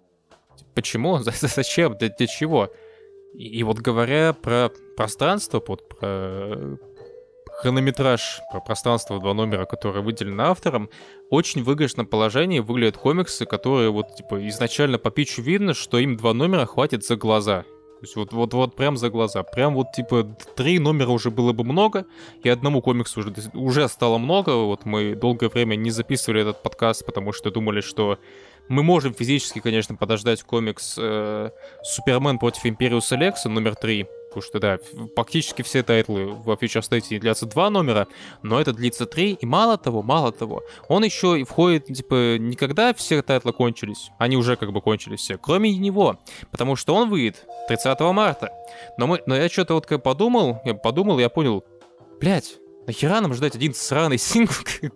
Почему? Зачем? Для, для чего? И, и вот говоря про пространство, вот, про хронометраж, про пространство в два номера, которое выделено автором, очень выигрышном положении выглядят комиксы, которые вот, типа, изначально по питчу видно, что им два номера хватит за глаза. То есть вот, вот, вот прям за глаза. Прям вот, типа, три номера уже было бы много, и одному комиксу уже, уже стало много. Вот мы долгое время не записывали этот подкаст, потому что думали, что мы можем физически, конечно, подождать комикс э, «Супермен против Империуса Лекса» номер три. Потому что, да, практически все тайтлы во Future State длятся два номера, но это длится три, и мало того, мало того, он еще и входит, типа, не когда все тайтлы кончились, они уже как бы кончились все, кроме него, потому что он выйдет тридцатого марта. Но, мы, но я что-то вот как подумал, я подумал, я понял, блять, нахера нам ждать один сраный сингл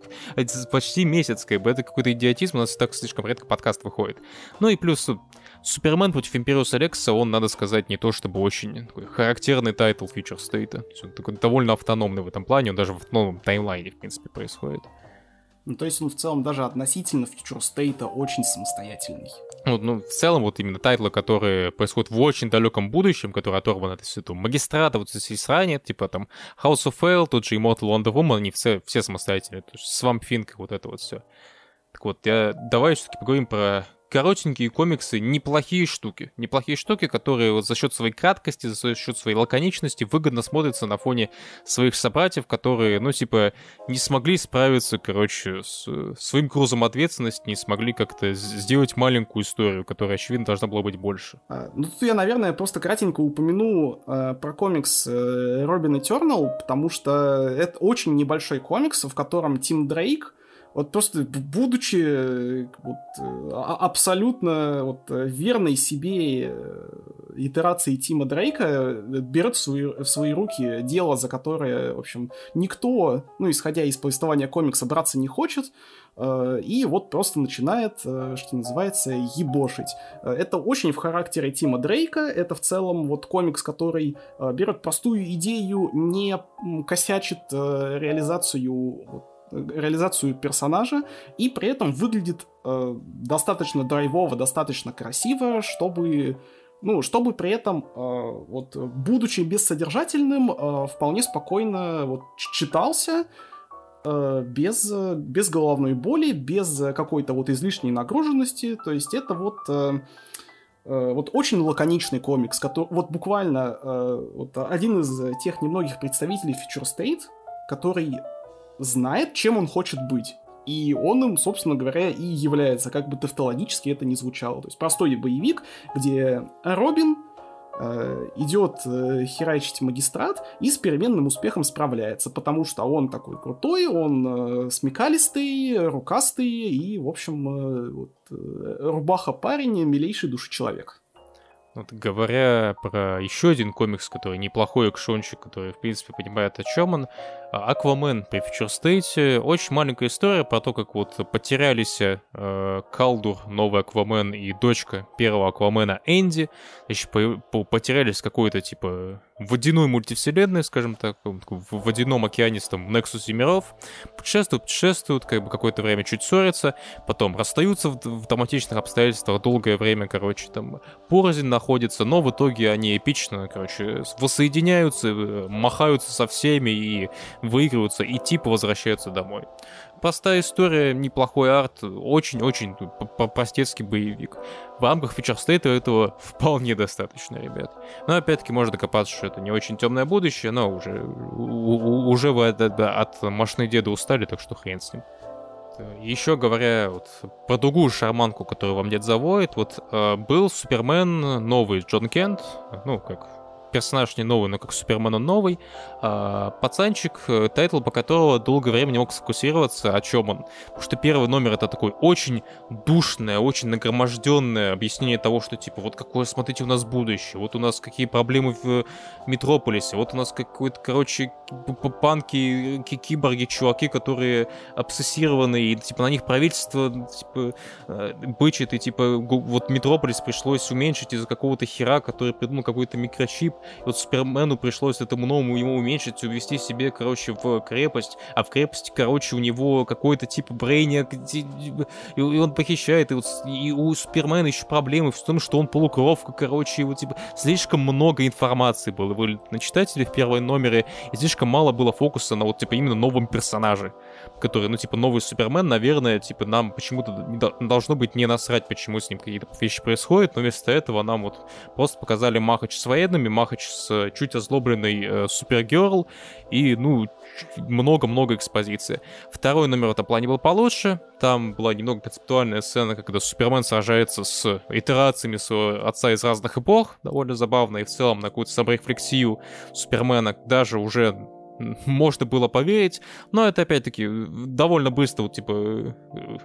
почти месяц, как бы, это какой-то идиотизм, у нас так слишком редко подкаст выходит. Ну и плюс Супермен против Империуса Рекса, он, надо сказать, не то чтобы очень такой характерный тайтл Future State. Он такой довольно автономный в этом плане, он даже в новом таймлайне, в принципе, происходит. Ну, то есть он в целом даже относительно Future State очень самостоятельный. Ну, ну, в целом, вот именно тайтлы, которые происходят в очень далеком будущем, которые оторваны от свету Магистрата, вот здесь ранее, типа там House of Hell, тот же Immortal Wonder Woman, они все, все самостоятельные. То есть Swamp Thing, вот это вот все. Так вот, я, давай все-таки поговорим про коротенькие комиксы, неплохие штуки. Неплохие штуки, которые вот за счет своей краткости, за счет своей лаконичности выгодно смотрятся на фоне своих собратьев, которые, ну, типа, не смогли справиться, короче, с своим грузом ответственности, не смогли как-то сделать маленькую историю, которая, очевидно, должна была быть больше. А, ну, тут я, наверное, просто кратенько упомяну э, про комикс э, Robin Eternal, потому что это очень небольшой комикс, в котором Тим Дрейк, вот просто будучи вот, абсолютно вот, верной себе итерацией Тима Дрейка, берет в свои, в свои руки дело, за которое, в общем, никто, ну, исходя из повествования комикса, браться не хочет, и вот просто начинает, что называется, ебошить. Это очень в характере Тима Дрейка, это в целом вот комикс, который берет простую идею, не косячит реализацию реализацию персонажа, и при этом выглядит э, достаточно драйвово, достаточно красиво, чтобы, ну, чтобы при этом, э, вот, будучи бессодержательным, э, вполне спокойно вот, читался, э, без, без головной боли, без какой-то вот излишней нагруженности, то есть это вот... Э, Вот очень лаконичный комикс, который вот буквально э, вот один из тех немногих представителей Future State, который знает, чем он хочет быть. И он им, собственно говоря, и является, как бы тавтологически это ни звучало. То есть простой боевик, где Робин э, идет э, херачить магистрат и с переменным успехом справляется, потому что он такой крутой, он э, смекалистый, рукастый и, в общем, э, вот, э, рубаха-парень, милейший души человек. Вот, говоря про еще один комикс, который неплохой экшончик, который, в принципе, понимает, о чем он, Аквамен при Future State. Очень маленькая история про то, как вот потерялись э, Калдур, новый Аквамен, и дочка первого Аквамена Энди. Еще по- по- потерялись в какой-то, типа, водяной мультивселенной, скажем так, в водяном океанистом Нексусе миров. Путешествуют, путешествуют, как бы какое-то время чуть ссорятся, потом расстаются в, в драматичных обстоятельствах, долгое время, короче, там, порознь находится, но в итоге они эпично, короче, воссоединяются, махаются со всеми и выигрываются, и типа возвращаются домой. Простая история, неплохой арт, очень-очень простецкий боевик. В рамках Future State этого вполне достаточно, ребят. Но опять-таки можно докопаться, что это не очень темное будущее, но уже, у, уже вы от, от Машины Деда устали, так что хрен с ним. Еще говоря вот про другую шарманку, которую вам дед заводит, вот э, был Супермен новый Джон Кент, ну как персонаж не новый, но как Супермен он новый, а, пацанчик, тайтл по которого долгое время не мог сфокусироваться, о чем он. Потому что первый номер — это такой очень душное, очень нагроможденное объяснение того, что типа вот какое, смотрите, у нас будущее, вот у нас какие проблемы в Метрополисе, вот у нас какой-то, короче, панки, киборги, чуваки, которые обсессированы, и типа на них правительство типа бычит, и типа вот Метрополис пришлось уменьшить из-за какого-то хера, который придумал какой-то микрочип. И вот Супермену пришлось этому новому ему уменьшить, увести себе, короче, в крепость, а в крепости, короче, у него какой-то типа брейняк, и он похищает, и, вот, и у Супермена еще проблемы в том, что он полукровка, короче, и вот типа слишком много информации было на читателей в первом номере, и слишком мало было фокуса на вот типа именно новом персонаже. который, ну, типа, новый Супермен, наверное, типа, нам почему-то не должно быть не насрать, почему с ним какие-то вещи происходят, но вместо этого нам вот просто показали Махач с военными, Махач с чуть озлобленной э, Супергерл, и, ну, много-много экспозиции. Второй номер в этом плане был получше, там была немного концептуальная сцена, когда Супермен сражается с итерациями своего отца из разных эпох, довольно забавно, и в целом на какую-то саморефлексию Супермена даже уже можно было поверить, но это опять-таки довольно быстро, вот, типа,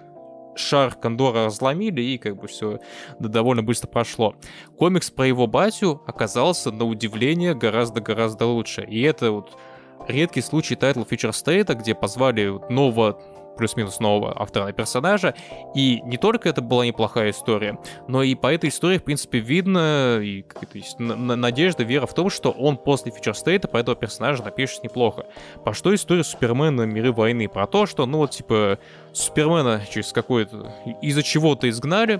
шар Кондора разломили, и как бы все довольно быстро прошло. Комикс про его батю оказался, на удивление, гораздо-гораздо лучше, и это вот редкий случай тайтл Future State, где позвали нового, плюс-минус нового автора персонажа, и не только это была неплохая история, но и по этой истории, в принципе, видно, и какая-то есть надежда, вера в том, что он после Future State про этого персонажа напишет неплохо. Про что история Супермена Миры войны? Про то, что, ну вот, типа, Супермена через какое-то... из-за чего-то изгнали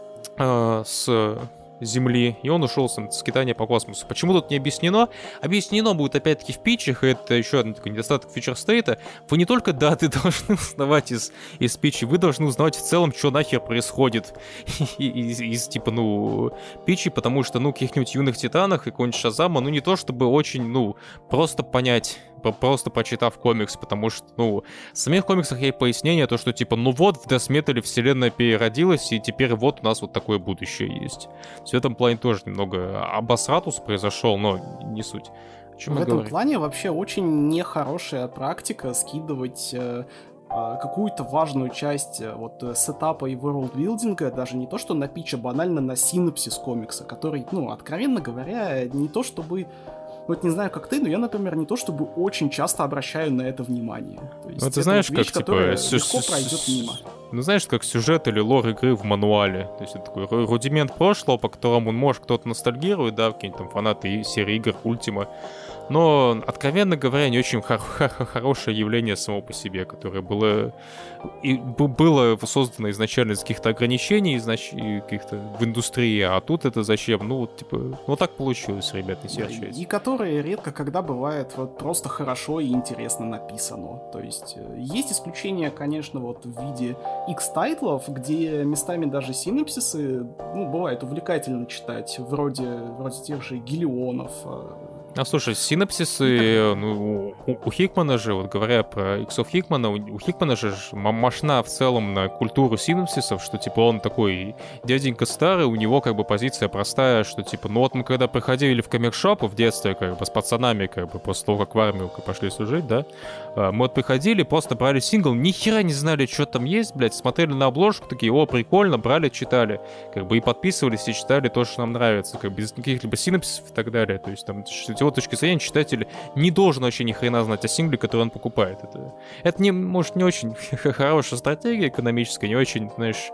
э, с... Земли, и он ушел с скитания по космосу. Почему тут не объяснено? Объяснено будет опять-таки в питчах, и это еще один такой недостаток Future State. Вы не только даты должны узнавать из, из питчей, вы должны узнавать в целом, что нахер происходит из, из, типа, ну, питчей, потому что, ну, каких-нибудь юных титанах и какого-нибудь Шазама, ну, не то чтобы очень, ну, просто понять, просто прочитав комикс, потому что, ну, в самих комиксах есть пояснение, то, что, типа, ну вот, в Десметале вселенная переродилась, и теперь вот у нас вот такое будущее есть. В этом плане тоже немного обосратус произошел, но не суть. В этом говорим? плане вообще очень нехорошая практика скидывать э, э, какую-то важную часть э, вот сетапа и ворлдбилдинга, даже не то что на питч, а банально на синопсис комикса, который, ну, откровенно говоря, не то чтобы... Вот не знаю, как ты, но я, например, не то чтобы очень часто обращаю на это внимание. То есть ну, ты это знаешь, вот вещь, как, которая типа, легко сю- пройдет мимо. Ну, знаешь, как сюжет или лор игры в мануале. То есть это такой рудимент прошлого, по которому, может, кто-то ностальгирует, да, какие-нибудь там фанаты серии игр Ultima. Но, откровенно говоря, не очень хор- хор- хорошее явление само по себе, которое было, и, было создано изначально из каких-то ограничений, знач- каких-то в индустрии, а тут это зачем? Ну, вот, типа, ну так получилось, ребят, не серчайте. И которое редко когда бывает вот просто хорошо и интересно написано. То есть есть исключения, конечно, вот в виде X-тайтлов, где местами даже синопсисы, ну, бывает увлекательно читать, вроде, вроде тех же Гелионов. А слушай, синопсисы, ну, у, у Хикмана же, вот говоря про иксов Хикмана, у, у Хикмана же мощна в целом на культуру синопсисов, что, типа, он такой дяденька старый, у него, как бы, позиция простая, что, типа, ну, вот мы когда приходили в комикс-шоп в детстве, как бы, с пацанами, как бы, после того, как в армию пошли служить, да, мы вот приходили, просто брали сингл, ни хера не знали, что там есть, блядь, смотрели на обложку, такие, о, прикольно, брали, читали, как бы, и подписывались, и читали то, что нам нравится, как бы, без каких-либо синопсисов и так далее, то есть, там, с его точки зрения, читатель не должен вообще ни хрена знать о сингле, который он покупает. Это, это не, может, не очень хорошая стратегия экономическая, не очень, знаешь,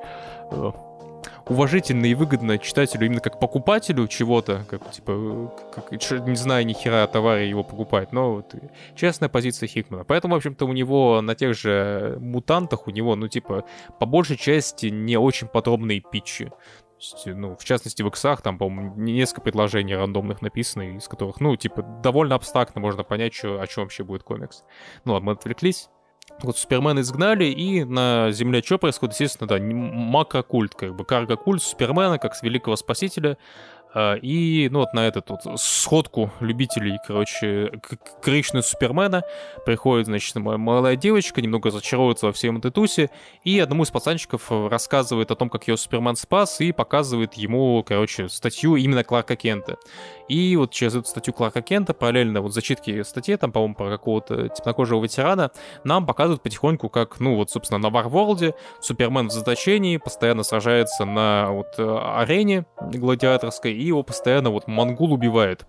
уважительно и выгодно читателю именно как покупателю чего-то, как, типа, как, не зная ни хера о товаре, его покупать, но вот честная позиция Хикмана. Поэтому, в общем-то, у него на тех же мутантах, у него, ну, типа, по большей части не очень подробные питчи. Ну, в частности, в иксах там, по-моему, несколько предложений рандомных написано, из которых, ну, типа, довольно абстрактно можно понять, чё, о чем вообще будет комикс. Ну ладно, мы отвлеклись. Вот Супермена изгнали, и на Земле что происходит? Естественно, да, макрокульт, как бы карго-культ Супермена, как с великого спасителя. И, ну, вот на этот вот сходку любителей, короче, кричную Супермена приходит, значит, молодая девочка, немного зачаровывается во всем этой тусе, и одному из пацанчиков рассказывает о том, как ее Супермен спас, и показывает ему, короче, статью именно Кларка Кента. И вот через эту статью Кларка Кента, параллельно вот зачитки статьи, там, по-моему, про какого-то темнокожего ветерана, нам показывают потихоньку, как, ну, вот, собственно, на Варворлде Супермен в заточении постоянно сражается на вот арене гладиаторской, и его постоянно вот монгол убивает.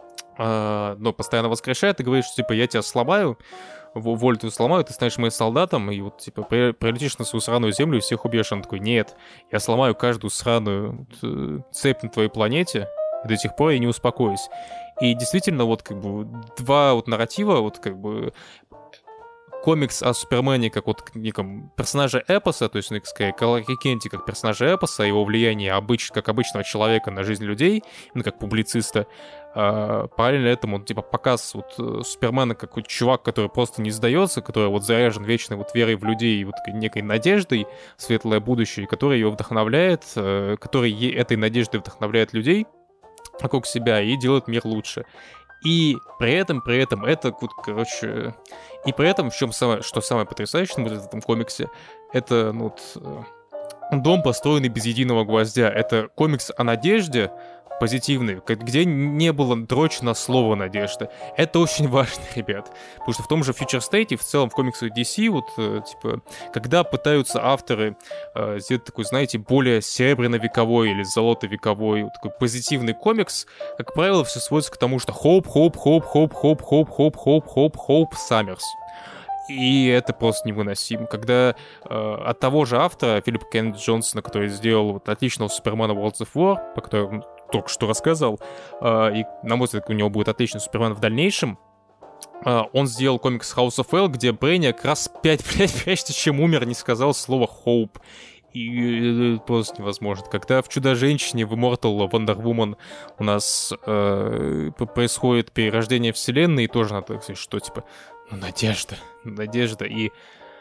А, но постоянно воскрешает и говорит, что, типа, я тебя сломаю, волю твою сломаю, ты станешь моим солдатом, и вот, типа, прилетишь на свою сраную землю и всех убьешь. Он такой, нет, я сломаю каждую сраную цепь на твоей планете, и до тех пор я не успокоюсь. И действительно, вот, как бы, два вот нарратива, вот, как бы, комикс о Супермене как вот неком персонаже эпоса, то есть, ну, скорее, Кларке Кенте как персонажа эпоса, его влияние обыч... как обычного человека на жизнь людей, ну, как публициста. А, параллельно этому, типа, показ вот Супермена как вот чувак, который просто не сдается, который вот заряжен вечной вот верой в людей и вот некой надеждой в светлое будущее, который его вдохновляет, который этой надеждой вдохновляет людей вокруг себя и делает мир лучше. И при этом, при этом, это, вот, короче... И при этом, в чем самое, что самое потрясающее в этом комиксе, это, ну, вот, дом, построенный без единого гвоздя. Это комикс о надежде, позитивный, где не было дрочено слово «надежда». Это очень важно, ребят. Потому что в том же Future State и в целом в комиксах ди си, вот, типа, когда пытаются авторы э, сделать такой, знаете, более серебряно-вековой или золото-вековой, вот, такой позитивный комикс, как правило, все сводится к тому, что хоп, хоп, хоп, хоп, хоп, хоп, хоп, хоп, хоп, хоп, Саммерс. И это просто невыносимо. Когда э, от того же автора, Филиппа Кеннеди Джонсона, который сделал вот отличного Супермена Worlds of War, по которому только что рассказал, э, и, на мой взгляд, у него будет отличный Супермен в дальнейшем, э, он сделал комикс House of L, где Брейниак раз пять, блядь, прежде чем умер, не сказал слово «hope». И это просто невозможно. Когда в «Чудо-женщине» в Immortal Wonder Woman у нас э, происходит перерождение вселенной, и тоже надо сказать, что типа, ну, надежда, надежда, и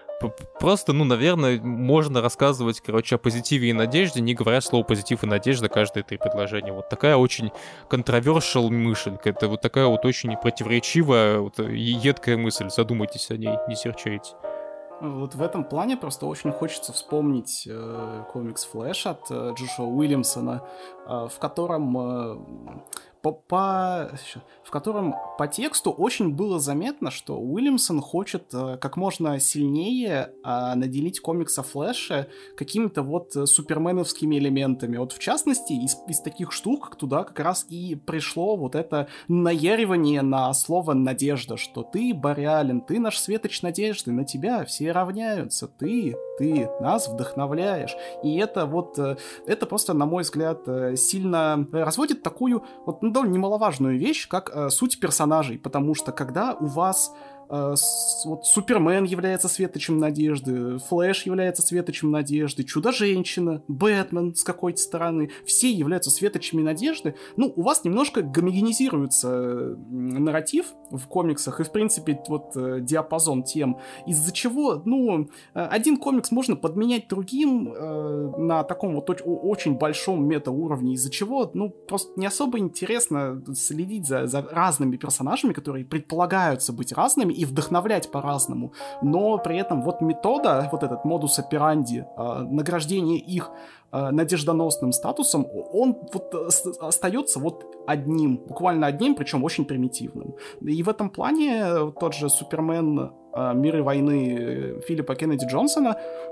просто, ну, наверное, можно рассказывать, короче, о позитиве и надежде, не говоря слово «позитив» и «надежда» каждые три предложения. Вот такая очень controversial мысль, это вот такая вот очень противоречивая, вот, едкая мысль, задумайтесь о ней, не серчайте. Вот в этом плане просто очень хочется вспомнить э, комикс «Флэш» от э, Джошуа Уильямсона, э, в котором... Э, По, по, в котором по тексту очень было заметно, что Уильямсон хочет э, как можно сильнее э, наделить комикс о Флэше какими-то вот э, суперменовскими элементами. Вот в частности, из, из таких штук туда как раз и пришло вот это наяривание на слово «надежда», что ты, Барри-Аллен, ты наш светоч надежды, на тебя все равняются, ты, ты нас вдохновляешь. И это вот, э, это просто, на мой взгляд, э, сильно разводит такую вот ну, довольно немаловажную вещь, как э, суть персонажей, потому что когда у вас э, с, вот Супермен является светочем надежды, Флэш является светочем надежды, Чудо-женщина, Бэтмен с какой-то стороны, все являются светочами надежды, ну, у вас немножко гомогенизируется нарратив в комиксах и, в принципе, вот э, диапазон тем, из-за чего, ну, один комикс можно подменять другим э, на таком вот оч- очень большом метауровне, из-за чего, ну, просто не особо интересно следить за, за разными персонажами, которые предполагаются быть разными и вдохновлять по-разному, но при этом вот метода, вот этот модус операнди, э, награждение их э, надеждоносным статусом, он вот остается вот одним, буквально одним, причем очень примитивным. И в этом плане тот же Супермен э, «Мир и войны» Филиппа Кеннеди Джонсона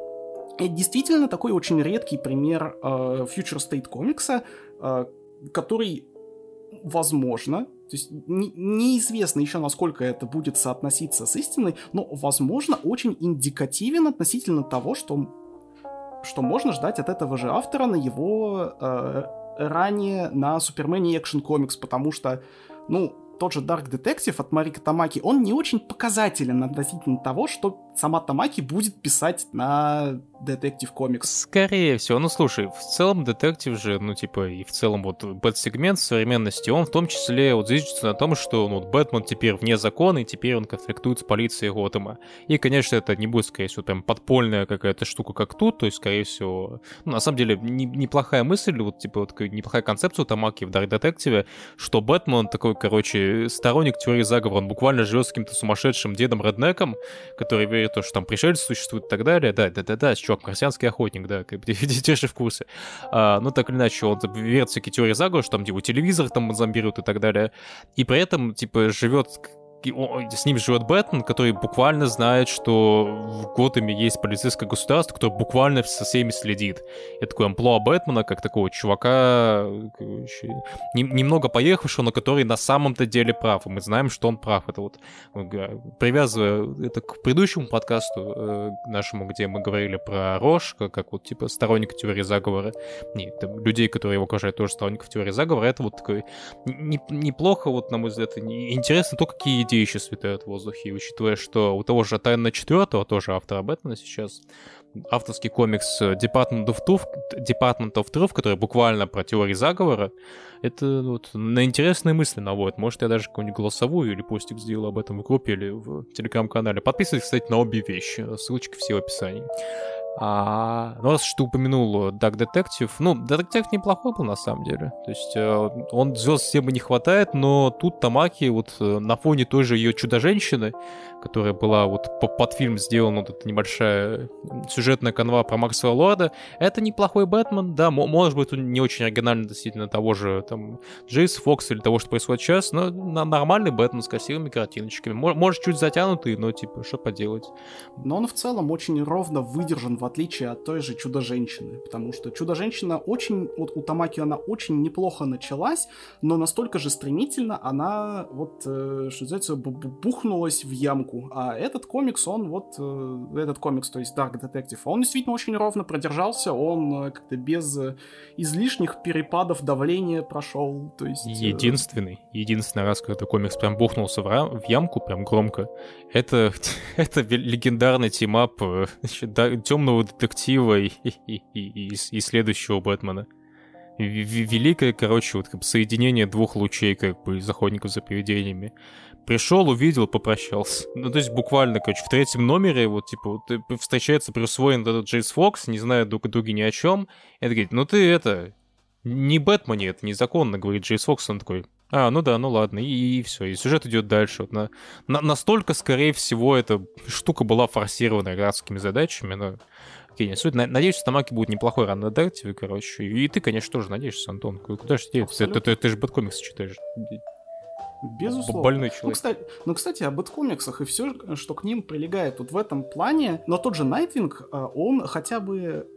это действительно такой очень редкий пример э, Future State комикса, э, который, возможно, то есть не, неизвестно еще, насколько это будет соотноситься с истиной, но, возможно, очень индикативен относительно того, что, что можно ждать от этого же автора на его э, ранее на Супермене Action Comics, потому что, ну, тот же Dark Detective от Марика Тамаки, он не очень показателен относительно того, что сама Тамаки будет писать на Detective Comics. Скорее всего. Ну, слушай, в целом Detective же, ну, типа, и в целом вот Бэт-сегмент современности, он в том числе вот зиждется на том, что, ну, Бэтмен теперь вне закона, и теперь он конфликтует с полицией Готэма. И, конечно, это не будет, скорее всего, прям подпольная какая-то штука, как тут, то есть, скорее всего, ну, на самом деле, не, неплохая мысль, вот, типа, вот такая неплохая концепция у Тамаки в Dark Detective, что Бэтмен такой, короче, сторонник теории заговора, он буквально живет с каким-то сумасшедшим дедом-реднеком, который верит в то, что там пришельцы существуют и так далее. Да, да, да, да, чувак, марсианский охотник, да, как бы те же в курсе. А, ну, так или иначе, он верит в всякие теории заговора, что там, типа, телевизор там зомбируют и так далее. И при этом, типа, живет... С ним живет Бэтмен, который буквально знает, что в Готэме есть полицейское государство, которое буквально со всеми следит. Это такой амплуа Бэтмена, как такого чувака, короче, не, немного поехавшего, но который на самом-то деле прав. И мы знаем, что он прав. Это вот, привязывая это к предыдущему подкасту э, нашему, где мы говорили про Рош, как, как вот типа сторонник теории заговора, нет, людей, которые его окружают, тоже сторонников теории заговора, это вот такой не, неплохо, вот, на мой взгляд, интересно то, какие идеи идеи сейчас витают в воздухе, и учитывая, что у того же Тайна четвертого, тоже автора Бэтмена сейчас, авторский комикс Department of Truth, Department of Truth, который буквально про теории заговора, это вот на интересные мысли наводит. Может, я даже какую-нибудь голосовую или постик сделал об этом в группе или в телеграм-канале. Подписывайтесь, кстати, на обе вещи. Ссылочки все в описании. А, ну, раз что упомянул Dark Detective, ну, Dark Detective неплохой был, на самом деле. То есть э, он звезд всем и не хватает, но тут Тамаки вот э, на фоне той же ее Чудо-женщины, которая была вот под фильм сделана, вот эта небольшая сюжетная канва про Максвелла Лорда, это неплохой Бэтмен, да, может быть, он не очень оригинальный относительно того же, там, Джейс Фокс или того, что происходит сейчас, но нормальный Бэтмен с красивыми картиночками. Может, чуть затянутый, но, типа, что поделать. Но он в целом очень ровно выдержан, в отличие от той же Чудо-женщины, потому что Чудо-женщина очень, вот у Тамаки она очень неплохо началась, но настолько же стремительно она вот, э, что называется, бухнулась в ямку. А этот комикс, он вот, э, этот комикс, то есть Dark Detective, он действительно очень ровно продержался, он э, как-то без э, излишних перепадов давления прошел, то есть... Э... Единственный, единственный раз, когда комикс прям бухнулся в, рам, в ямку, прям громко, это, это легендарный тимап э, темного детектива и, и, и, и, и следующего Бэтмена. Великое, короче, вот как бы соединение двух лучей, как бы, из охотников за привидениями. Пришел, увидел, попрощался. Ну, то есть буквально, короче, в третьем номере вот, типа, вот, встречается приусвоен этот Джейс Фокс, не зная друг о друге ни о чем. И говорит, ну ты это, не Бэтмене, это незаконно, говорит Джейс Фокс. Он такой, а, ну да, ну ладно, и, и все. И сюжет идет дальше. Вот на, на, настолько, скорее всего, эта штука была форсирована градскими задачами, но... Окей, не суть. Надеюсь, что Тамаки будет неплохой ран на детективе, короче. И ты, конечно, тоже надеешься, Антон. Куда же ты? Ты, ты, ты, ты же бэткомиксы читаешь. Безусловно. Больной человек. Ну кстати, ну, кстати, о бэткомиксах и все, что к ним прилегает вот в этом плане. Но тот же Найтвинг, он хотя бы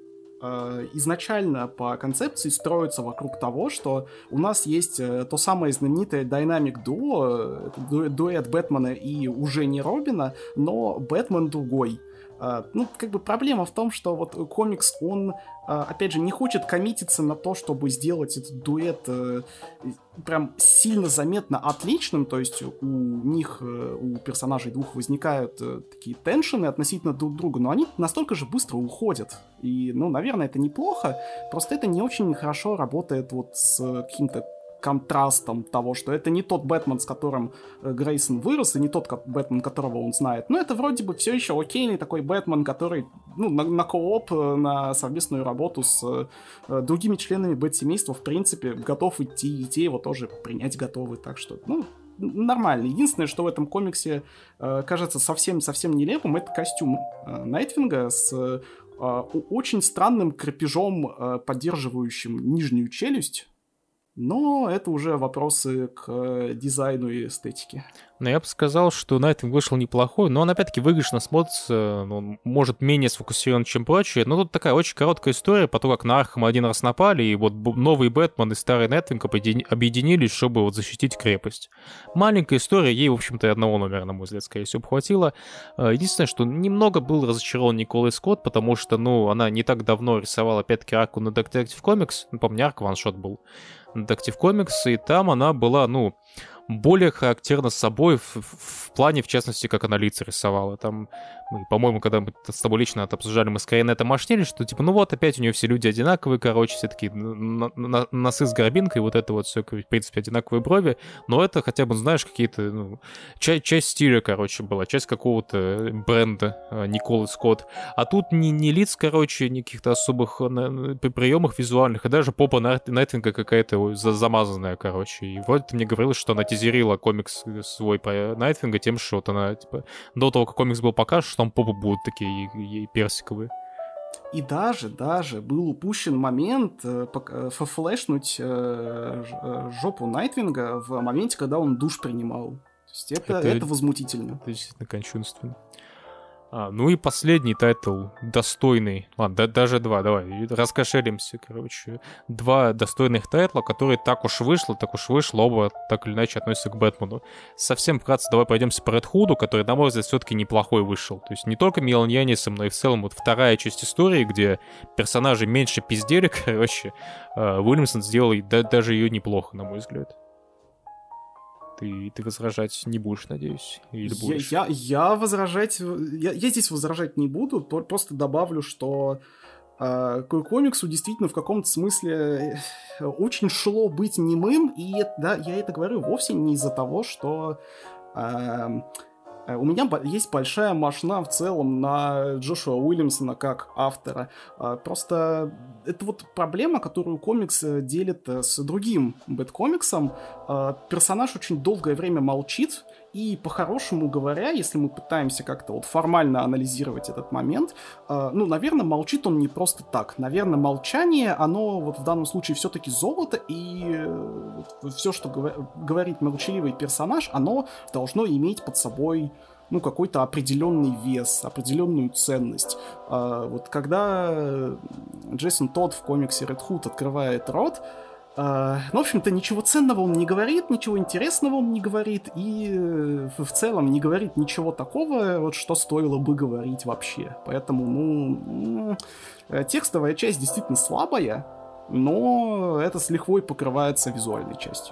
изначально по концепции строится вокруг того, что у нас есть то самое знаменитое Dynamic Duo, дуэт Бэтмена и уже не Робина, но Бэтмен другой. Uh, ну, как бы проблема в том, что вот комикс, он, uh, опять же, не хочет коммититься на то, чтобы сделать этот дуэт uh, прям сильно заметно отличным, то есть у них, uh, у персонажей двух возникают uh, такие теншены относительно друг друга, но они настолько же быстро уходят. И, ну, наверное, это неплохо, просто это не очень хорошо работает вот с каким-то контрастом того, что это не тот Бэтмен, с которым э, Грейсон вырос, и не тот ко- Бэтмен, которого он знает. Но это вроде бы все еще окейный такой Бэтмен, который, ну, на, на кооп, э, на совместную работу с э, другими членами Бэт-семейства, в принципе, готов идти, и те его тоже принять готовы. Так что, ну, нормально. Единственное, что в этом комиксе э, кажется совсем-совсем нелепым, это костюм э, Найтвинга с э, очень странным крепежом, э, поддерживающим нижнюю челюсть. Но это уже вопросы к э, дизайну и эстетике. Но я бы сказал, что Найтвинг вышел неплохой, но он опять-таки выигрышно смотрится, он может менее сфокусирован, чем прочие. Но тут такая очень короткая история по тому, как на Архам один раз напали, и вот новый Бэтмен и старый Найтвинг объединились, чтобы вот защитить крепость. Маленькая история, ей, в общем-то, и одного номера, на мой взгляд, скорее всего, хватило. Единственное, что немного был разочарован Николай Скотт, потому что, ну, она не так давно рисовала, опять-таки, арку на Detective Comics, ну, помню, арк ваншот был, Detective Comics, и там она была, ну, более характерна собой в, в, в плане, в частности, как она лица рисовала. Там, мы, по-моему, когда мы с тобой лично это обсуждали, мы скорее на это мошнили, что, типа, ну вот, опять у нее все люди одинаковые, короче, все такие на, на, носы с горбинкой, вот это вот все, в принципе, одинаковые брови, но это хотя бы, знаешь, какие-то, ну, часть, часть стиля, короче, была, часть какого-то бренда Николы Скотт. А тут ни, ни лиц, короче, ни каких-то особых приемах визуальных, и даже попа Найтвинга какая-то замазанная, короче. И вроде ты мне говорила, что она тизерила комикс свой про Найтвинга тем, что вот она, типа, до того, как комикс был покажен, что там попы будут такие ей персиковые. И даже, даже был упущен момент э, флешнуть э, жопу Найтвинга в моменте, когда он душ принимал. То есть это, это, это возмутительно. Это действительно кощунственно. А, ну и последний тайтл, достойный, ладно, да, даже два, давай, раскошелимся, короче. Два достойных тайтла, которые так уж вышло, так уж вышло, оба так или иначе относятся к Бэтмену. Совсем вкратце давай пройдемся по Ред Худу, который, на мой взгляд, все-таки неплохой вышел. То есть не только Милан Янисом, но и в целом вот вторая часть истории, где персонажи меньше пиздели, короче, Уильямсон сделал да, даже ее неплохо, на мой взгляд. Ты, ты возражать не будешь, надеюсь? Или будешь? Я, я, я возражать... Я, я здесь возражать не буду, просто добавлю, что э, к комиксу действительно в каком-то смысле очень шло быть немым, и да, я это говорю вовсе не из-за того, что... Э, У меня есть большая мошна в целом на Джошуа Уильямсона как автора. Просто это вот проблема, которую комикс делит с другим бэткомиксом. Персонаж очень долгое время молчит, и по-хорошему говоря, если мы пытаемся как-то вот формально анализировать этот момент, ну, наверное, молчит он не просто так. Наверное, молчание, оно вот в данном случае все-таки золото, и вот все, что говорит молчаливый персонаж, оно должно иметь под собой ну, какой-то определенный вес, определенную ценность. А, вот когда Джейсон Тодд в комиксе Red Hood открывает рот, а, ну, в общем-то, ничего ценного он не говорит, ничего интересного он не говорит, и в целом не говорит ничего такого, вот, что стоило бы говорить вообще. Поэтому, ну, текстовая часть действительно слабая, но это с лихвой покрывается визуальной частью.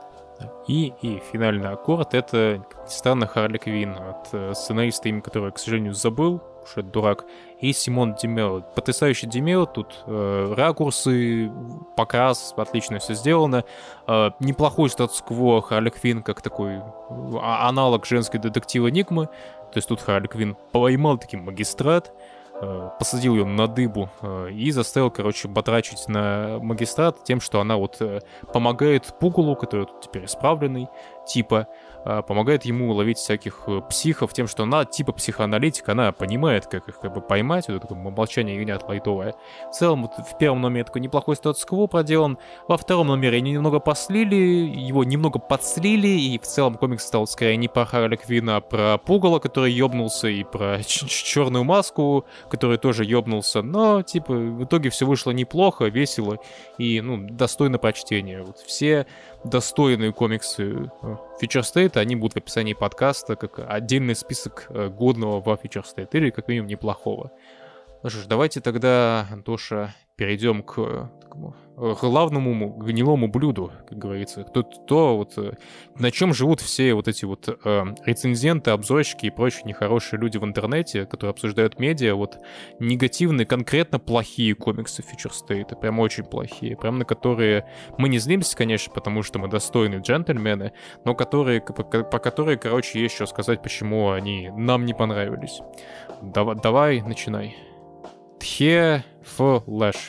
И, и финальный аккорд — это, как ни странно, Харли Квинн от э, сценариста, имя которого я, к сожалению, забыл, уж это дурак, и Симон Демело. Потрясающий Демело, тут э, ракурсы, покрас, отлично все сделано. Э, неплохой статус-кво Харли Квинн, как такой а- аналог женской детектива Никмы. То есть тут Харли Квинн поймал таки магистрат, посадил ее на дыбу и заставил, короче, батрачить на магистрат тем, что она вот помогает Пугалу, который тут теперь исправленный, типа, помогает ему ловить всяких психов тем, что она типа психоаналитик, она понимает, как их как бы поймать, вот это такое молчание ягнят лайтовое. В целом, вот в первом номере такой неплохой статус-кво проделан, во втором номере они немного послили, его немного подслили, и в целом комикс стал скорее не про Харли Квинна, а про Пугала, который ёбнулся, и про черную маску, который тоже ёбнулся, но, типа, в итоге все вышло неплохо, весело и, ну, достойно прочтения. Вот все достойные комиксы Future State, они будут в описании подкаста как отдельный список годного во Future State, или как минимум неплохого. Ну что ж, давайте тогда, Антоша, перейдем к такому главному гнилому блюду, как говорится. Кто, то вот, на чем живут все вот эти вот э, рецензенты, обзорщики и прочие нехорошие люди в интернете, которые обсуждают медиа, вот негативные, конкретно плохие комиксы Future State, прям очень плохие, прям на которые мы не злимся, конечно, потому что мы достойные джентльмены, но которые, по, по которые, короче, есть что сказать, почему они нам не понравились. Давай, давай начинай. Тхе Флэш.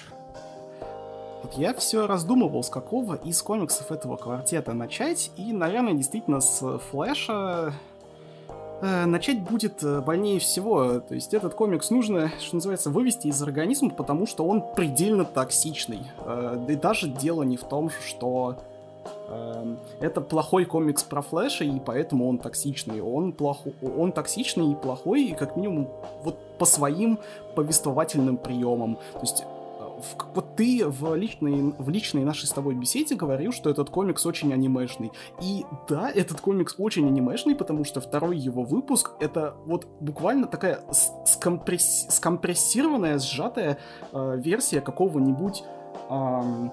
Я все раздумывал, с какого из комиксов этого квартета начать, и, наверное, действительно с Флэша э, начать будет больнее всего. То есть этот комикс нужно, что называется, вывести из организма, потому что он предельно токсичный. Э, и даже дело не в том, что э, это плохой комикс про Флэша, и поэтому он токсичный. Он, плохо... он токсичный и плохой, и как минимум вот по своим повествовательным приемам. То есть вот ты в личной, в личной нашей с тобой беседе говорил, что этот комикс очень анимешный. И да, этот комикс очень анимешный, потому что второй его выпуск — это вот буквально такая скомпресс... скомпрессированная, сжатая э, версия какого-нибудь э,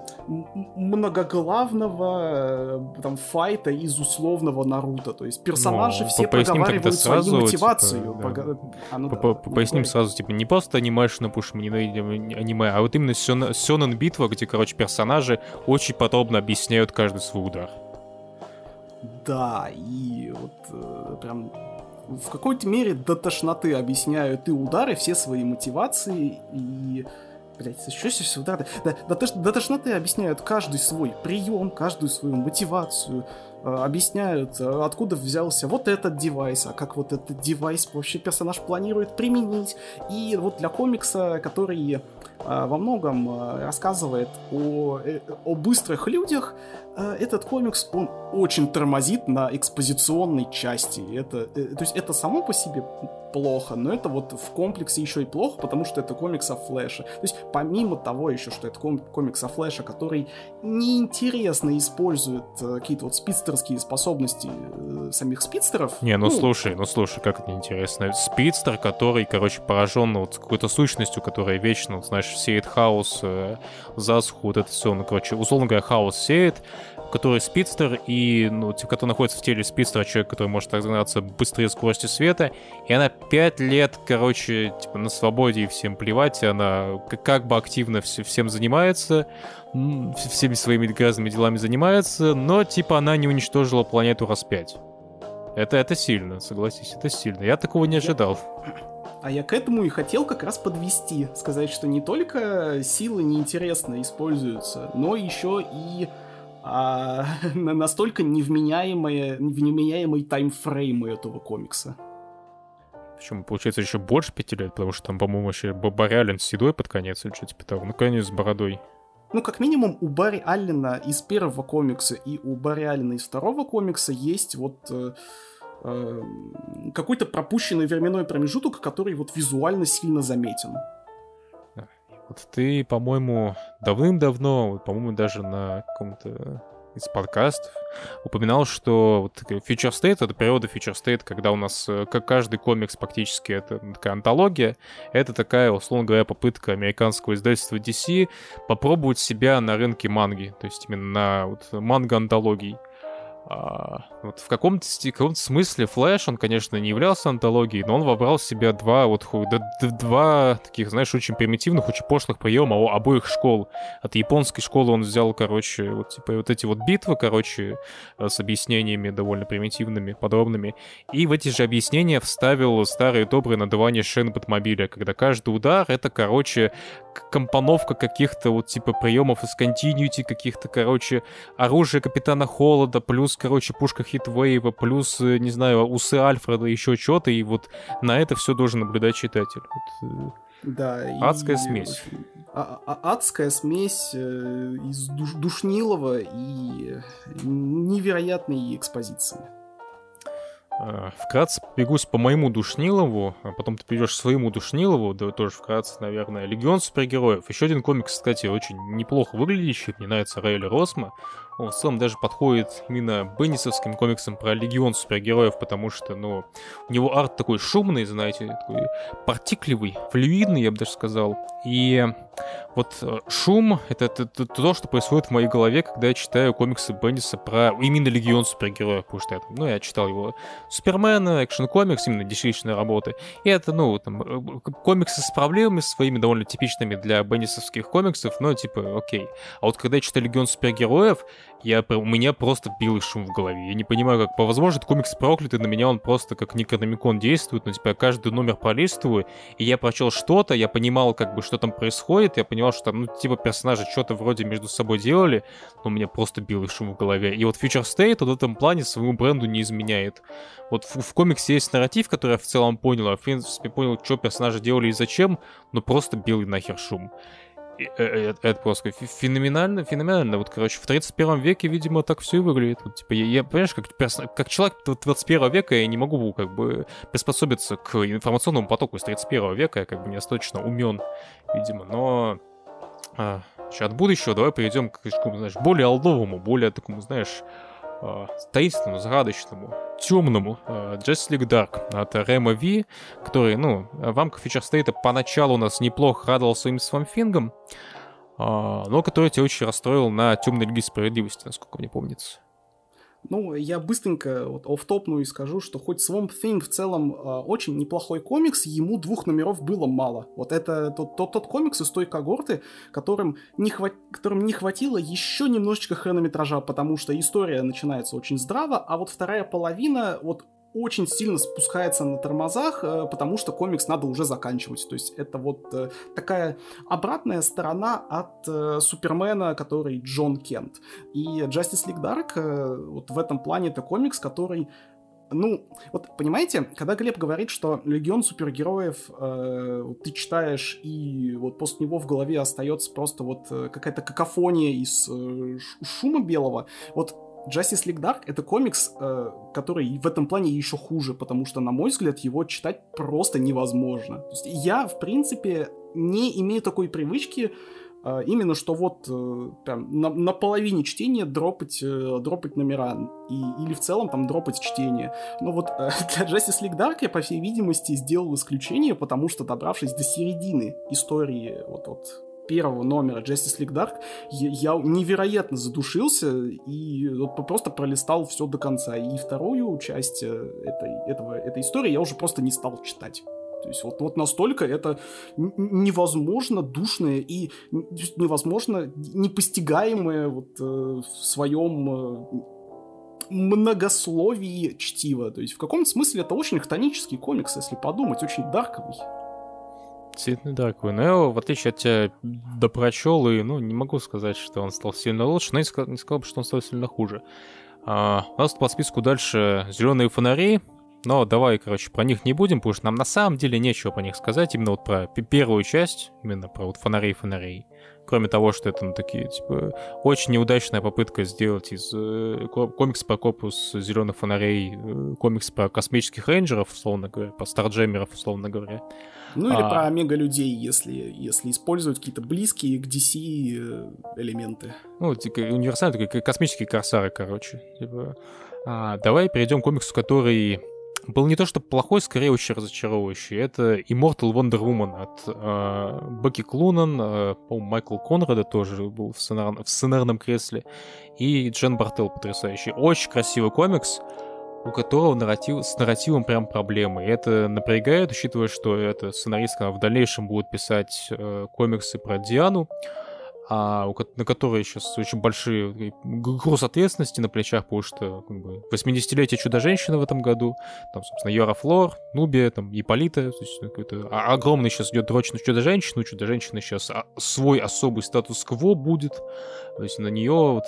многоглавного э, там файта из условного Наруто. То есть персонажи ну, все проговаривают сразу, свою мотивацию. Типа, Пога... да. а, ну, да, поясним да, сразу, типа, не просто анимешно, потому что мы ненавидим аниме, а вот именно сёнэн битва, где, короче, персонажи очень подробно объясняют каждый свой удар. Да, и вот э, прям в какой-то мере до тошноты объясняют и удары, все свои мотивации, и... Блять, что сейчас удары? Да, до, до тошноты объясняют каждый свой прием, каждую свою мотивацию, э, объясняют, э, откуда взялся вот этот девайс, а как вот этот девайс вообще персонаж планирует применить. И вот для комикса, который э, во многом э, рассказывает о, э, о быстрых людях, э, этот комикс, он очень тормозит на экспозиционной части. Это, э, то есть это само по себе плохо, но это вот в комплексе еще и плохо, потому что это комикс о Флэше. То есть помимо того еще, что это ком- комикс о Флэше, который неинтересно использует э, какие-то вот спидстерские способности э, самих спидстеров. Не, ну, ну слушай, ну слушай, как это интересно. Спидстер, который, короче, поражен вот какой-то сущностью, которая вечно, вот, знаешь, сеет хаос, э, засуху, вот это все, ну, короче, условно говоря, хаос сеет, который спидстер, и, ну, типа, который находится в теле спидстера, человек, который может разгоняться быстрее скорости света, и она пять лет, короче, типа, на свободе, и всем плевать, она как бы активно всем занимается, всеми своими грязными делами занимается, но, типа, она не уничтожила планету раз пять. Это, это сильно, согласись, это сильно. Я такого не ожидал. А я к этому и хотел как раз подвести, сказать, что не только силы неинтересно используются, но еще и а, настолько невменяемые, невменяемый таймфрейм этого комикса. Причем, получается, еще больше пяти лет, потому что там, по-моему, вообще Барри Аллен седой под конец или что типа того. Ну, конец с бородой. Ну, как минимум, у Барри Аллена из первого комикса и у Барри Аллена из второго комикса есть вот э, э, какой-то пропущенный временной промежуток, который вот визуально сильно заметен. Вот ты, по-моему, давным-давно, по-моему, даже на каком-то из подкастов упоминал, что вот Future State — это периода Future State, когда у нас, как каждый комикс практически, это такая антология, это такая, условно говоря, попытка американского издательства ди си попробовать себя на рынке манги, то есть именно на вот, манго-антологий. А, вот в каком-то, в каком-то смысле Флэш, он, конечно, не являлся антологией, но он вобрал в себя два, вот, два таких, знаешь, очень примитивных, очень пошлых приема обоих школ. От японской школы он взял, короче, вот, типа, вот эти вот битвы, короче, с объяснениями довольно примитивными, подробными, и в эти же объяснения вставил старое доброе надувание шин Бэтмобиля, когда каждый удар — это, короче, компоновка каких-то вот, типа, приемов из континьюти, каких-то, короче, оружия Капитана Холода, плюс, короче, пушка Хитвейва, плюс, не знаю, усы Альфреда, еще что-то, и вот на это все должен наблюдать читатель. Вот, да, адская и... смесь. А- а- адская смесь э, из душ- душнилова и невероятной экспозиции. Вкратце бегусь по моему Душнилову, а потом ты перейдешь к своему Душнилову, да тоже вкратце, наверное, Легион супергероев. Еще один комикс, кстати, очень неплохо выглядящий, мне нравится Райли Росма. Он в целом даже подходит именно беннисовским комиксам про Легион супергероев, потому что, ну, у него арт такой шумный, знаете, такой партикливый, флюидный, я бы даже сказал. И вот шум — это, это, это то, что происходит в моей голове, когда я читаю комиксы Бенниса про именно Легион супергероев, потому что я, ну, я читал его Супермена, экшн-комикс, именно дешевичные работы. И это, ну, там, комиксы с проблемами своими, довольно типичными для беннисовских комиксов, но, типа, окей. А вот когда я читаю Легион супергероев, я, у меня просто билый шум в голове. Я не понимаю, как, по возможно, этот комикс проклятый, на меня он просто как Некрономикон действует, но, типа, я каждый номер пролистываю, и я прочел что-то, я понимал, как бы, что там происходит, я понимал, что там, ну, типа, персонажи что-то вроде между собой делали, но у меня просто билый шум в голове. И вот Future State вот в этом плане своему бренду не изменяет. Вот в, в комиксе есть нарратив, который я в целом понял, а в принципе понял, что персонажи делали и зачем, но просто белый нахер шум. И, это, это просто феноменально, феноменально. Вот, короче, в тридцать первом веке, видимо, так все и выглядит. Вот, типа, я, я понимаешь, как, персон... как человек двадцать первого века я не могу, как бы, приспособиться к информационному потоку из тридцать первого века, я, как бы, недостаточно умен, видимо, но... А, от будущего давай перейдем к, к знаешь, более олдовому, более такому, знаешь, таинственному, загадочному, темному Justice League Dark от Рэма Ви, который, ну, в рамках Future State поначалу у нас неплохо радовал своим свамфингом, но который тебя очень расстроил на Темной Лиге Справедливости, насколько мне помнится. Ну, я быстренько вот офф-топну и скажу, что хоть Swamp Thing в целом э, очень неплохой комикс, ему двух номеров было мало. Вот это тот, тот, тот комикс из той когорты, которым не, хват... которым не хватило еще немножечко хронометража, потому что история начинается очень здраво, а вот вторая половина вот очень сильно спускается на тормозах, потому что комикс надо уже заканчивать. То есть это вот э, такая обратная сторона от э, Супермена, который Джон Кент. И Justice League Dark э, вот в этом плане это комикс, который... Ну, вот понимаете, когда Глеб говорит, что Легион супергероев э, ты читаешь, и вот после него в голове остается просто вот э, какая-то какофония из э, шума белого, вот Justice League Dark — это комикс, э, который в этом плане еще хуже, потому что, на мой взгляд, его читать просто невозможно. То есть я, в принципе, не имею такой привычки, э, именно что вот э, прям на, на половине чтения дропать, э, дропать номера, и, или в целом там дропать чтение. Но вот э, для Justice League Dark я, по всей видимости, сделал исключение, потому что, добравшись до середины истории вот, вот первого номера Justice League Dark я, я невероятно задушился и вот просто пролистал все до конца. И вторую часть этой, этого, этой истории я уже просто не стал читать. То есть вот, вот настолько это невозможно душное и невозможно непостигаемое вот, э, в своем э, многословии чтиво. То есть в каком-то смысле это очень хтонический комикс, если подумать, очень дарковый. Действительно дарковый. Но я, в отличие от тебя, допрочел, и, ну, не могу сказать, что он стал сильно лучше, но не сказал, не сказал бы, что он стал сильно хуже. А, у нас по списку дальше «Зеленые фонари». Но давай, короче, про них не будем, потому что нам на самом деле нечего по них сказать. Именно вот про первую часть, именно про вот фонарей-фонарей. Кроме того, что это, ну, такие, типа, очень неудачная попытка сделать из э, комикс про корпус зеленых фонарей, э, комикс про космических рейнджеров, условно говоря, про старджемеров, условно говоря. Ну или а... про омега-людей, если, если используют какие-то близкие к ди си элементы. Ну, типа, универсальные, такие космические корсары, короче. Типа, а, давай перейдем к комиксу, который... был не то что плохой, скорее очень разочаровывающий. Это Immortal Wonder Woman от э, Бекки Клунан, э, по-моему, Майкл Конрада тоже был в, сценар... в сценарном кресле, и Джен Бартел потрясающий. Очень красивый комикс, у которого нарратив... с нарративом прям проблемы. И это напрягает, учитывая, что эта сценаристка в дальнейшем будет писать э, комиксы про Диану, а у, на которой сейчас очень большие груз ответственности на плечах, потому что как бы, восьмидесятилетие Чудо-женщины в этом году, там, собственно, Йора Флор, Нубия, там, Ипполита, то есть, какой-то огромный сейчас идет дрочь на Чудо-женщину, у Чудо-женщины сейчас свой особый статус-кво будет, то есть на нее вот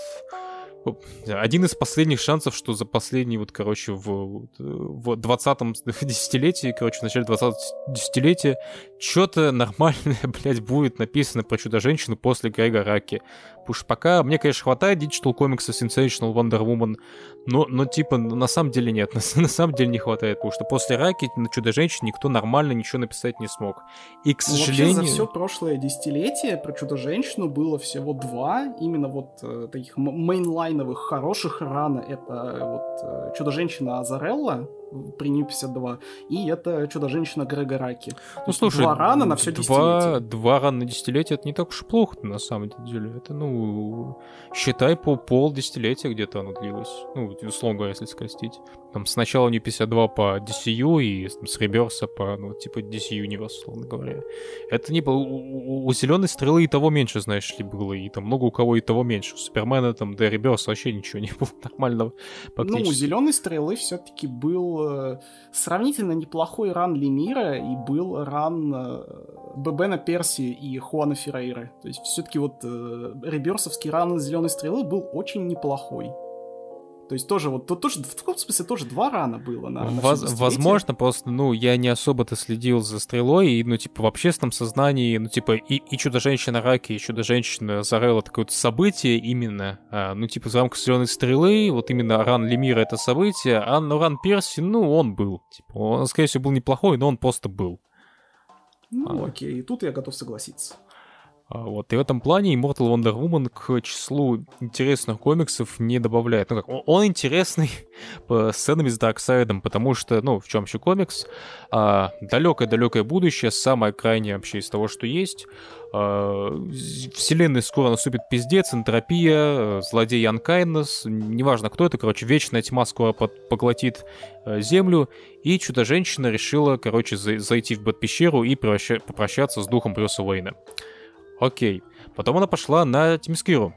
один из последних шансов, что за последний, вот, короче, в, в двадцатом десятилетии, короче, в начале двадцатого десятилетия, что-то нормальное, блядь, будет написано про Чудо-женщину после Грега Раки. Потому что пока, мне, конечно, хватает диджитал комикса Sensational Wonder Woman, но, но типа, на самом деле нет, на, на самом деле не хватает, потому что после Раки на Чудо-женщине никто нормально ничего написать не смог. И, к ну, сожалению... Вообще за все прошлое десятилетие про Чудо-женщину было всего два, именно вот э, таких мейнлайновых хороших ран. Это вот э, Чудо-женщина Азарелла при Нью пятьдесят два, и это Чудо-женщина Грега Раки. Ну, слушай, два рана на все два, десятилетие. Два рана на десятилетие — это не так уж и плохо, на самом деле. Это, ну, считай, по пол десятилетия где-то оно длилось. Ну, условно говоря, если скостить. Там сначала Нью пятьдесят два по ди си ю и с Реберса по, ну, типа ди си Universe, условно говоря. Это не было... У, у Зеленой Стрелы и того меньше, знаешь ли, было. И там много у кого и того меньше. У Супермена там до Реберса вообще ничего не было нормального. Ну, у Зеленой Стрелы все-таки был сравнительно неплохой ран Лемира и был ран э, Бена Перси и Хуана Феррейры. То есть все-таки вот э, реберсовский ран Зеленой Стрелы был очень неплохой. То есть тоже вот, тут тоже, в каком смысле тоже два рана было на, на Воз, Возможно, просто, ну, я не особо-то следил за Стрелой, и, ну, типа, в общественном сознании, ну, типа, и, и Чудо-женщина Раки, и Чудо-женщина Зарелла — это какое-то событие именно, а, ну, типа, в рамках Зеленой Стрелы, вот именно ран Лемира — это событие, а ну, ран Перси, ну, он был. Типа, он, скорее всего, был неплохой, но он просто был. Ну, а. окей, тут я готов согласиться. Вот, и в этом плане Immortal Wonder Woman к числу интересных комиксов не добавляет. Ну как, он интересный по сценам с Дарксайдом, потому что, ну, в чем еще комикс? А, далекое-далекое будущее, самое крайнее вообще из того, что есть. А, вселенной скоро наступит пиздец, энтропия, злодей Анкайнес, неважно кто это, короче, вечная тьма скоро под, поглотит а, Землю, и Чудо-женщина решила, короче, за, зайти в Бэт-пещеру и проща- попрощаться с духом Брюса Уэйна. Окей. Потом она пошла на Тимскиру.